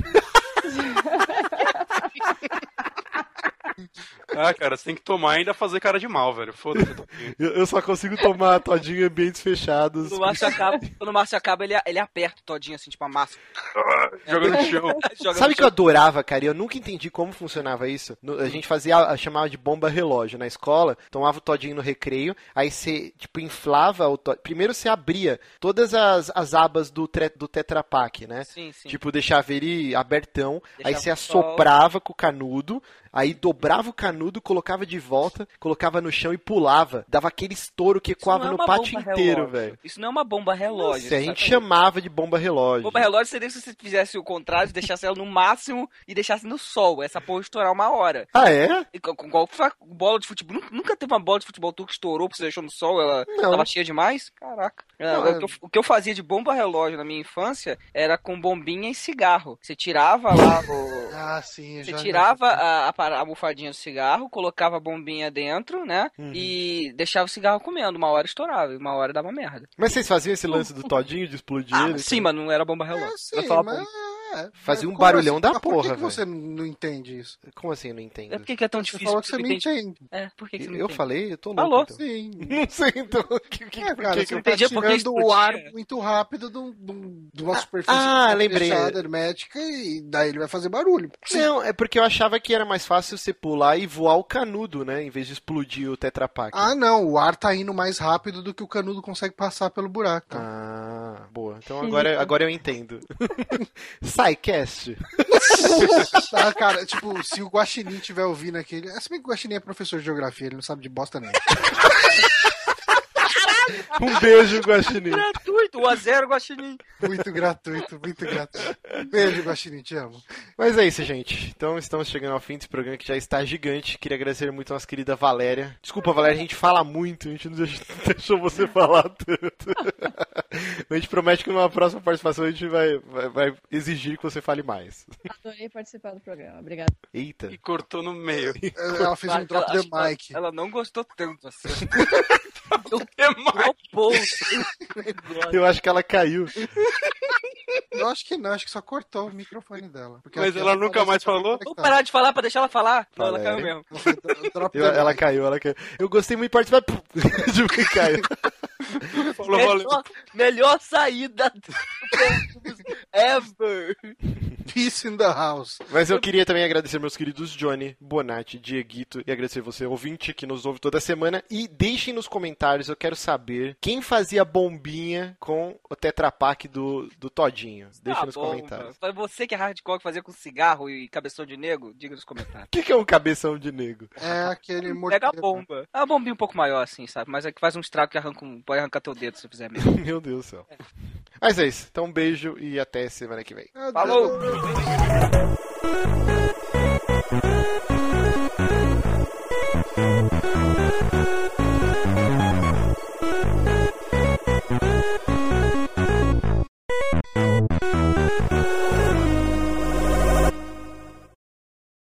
Cara, você tem que tomar e ainda fazer cara de mal, velho. Foda-se. Eu só consigo tomar todinho em ambientes fechados. Quando o Márcio acaba, ele aperta o todinho assim, tipo a massa. Joga no chão. Sabe o que eu adorava, cara? Eu nunca entendi como funcionava isso. A gente chamava de bomba relógio na escola, tomava o todinho no recreio, aí você, tipo, inflava o todinho. Primeiro você abria todas as abas do Tetra Pak, né? Sim. Tipo, deixava ele abertão, aí você assoprava com o canudo, aí dobrava o canudo, colocava de volta, colocava no chão e pulava. Dava aquele estouro que ecoava no pátio inteiro, velho. Isso não é uma bomba relógio. Nossa, a gente chamava de bomba relógio. Bomba relógio seria se você fizesse o contrário, deixasse ela no máximo e deixasse no sol. Essa porra estourar 1 hora. Ah, é? Igual bola de futebol. Nunca teve uma bola de futebol que estourou porque você deixou no sol, ela tava cheia demais? Caraca. O que eu fazia de bomba relógio na minha infância era com bombinha e cigarro. Você tirava lá o... sim. Você tirava a almofadinha do cigarro, colocava a bombinha dentro, né? E deixava o cigarro comendo. 1 hora estourava, 1 hora dava merda. Mas vocês faziam esse lance do todinho de explodir ele? Sim, mas não era bomba relógio. Fazia um barulhão da porra, velho. Por que você não entende isso? Como assim não entende? É porque é tão difícil. Você falou que você não entende. Por que você não entende? Eu falei? Eu tô louco. Falou. Então. Sim. Não sei, então. Cara, você tá tirando o ar muito rápido de uma superfície fechada, hermética, e daí ele vai fazer barulho. Sim. Não, é porque eu achava que era mais fácil você pular e voar o canudo, né? Em vez de explodir o Tetra Pak. Não. O ar tá indo mais rápido do que o canudo consegue passar pelo buraco. Boa. Então agora eu entendo. SciCast. Tá, cara, tipo, se o Guaxinim estiver ouvindo aquele... Se bem que o Guaxinim é professor de geografia, ele não sabe de bosta nenhuma. Um beijo, Guaxinim. Gratuito, 1-0, Guaxinim. Muito gratuito. Beijo, Guaxinim, te amo. Mas é isso, gente. Então estamos chegando ao fim desse programa que já está gigante. Queria agradecer muito a nossa querida Valéria. Desculpa, Valéria, a gente fala muito, a gente não deixou você falar tanto. A gente promete que numa próxima participação a gente vai exigir que você fale mais. Adorei participar do programa, obrigada. Eita. E cortou no meio. Ela fez um drop the mic. Ela não gostou tanto assim. Eu acho que ela caiu. Eu acho que não, acho que só cortou o microfone dela. Mas ela nunca mais falou? Vou parar de falar pra deixar ela falar. Não, ela caiu mesmo. Ela caiu. Eu gostei muito de participar. De que caiu. Melhor saída ever. Peace in the house. Mas eu queria também agradecer meus queridos Johnny, Bonatti, Dieguito e agradecer você, ouvinte, que nos ouve toda semana. E deixem nos comentários, eu quero saber quem fazia bombinha com o Tetra Pak do Todinho. Deixem nos comentários. Foi você que é hardcore que fazia com cigarro e cabeção de nego? Diga nos comentários. O que é um cabeção de nego? É aquele morteiro. Pega a bomba. É uma bombinha um pouco maior assim, sabe? Mas é que faz um estrago que pode arrancar teu dedo se você fizer mesmo. Meu Deus do céu. Mas é isso. Então um beijo e até semana que vem. Falou!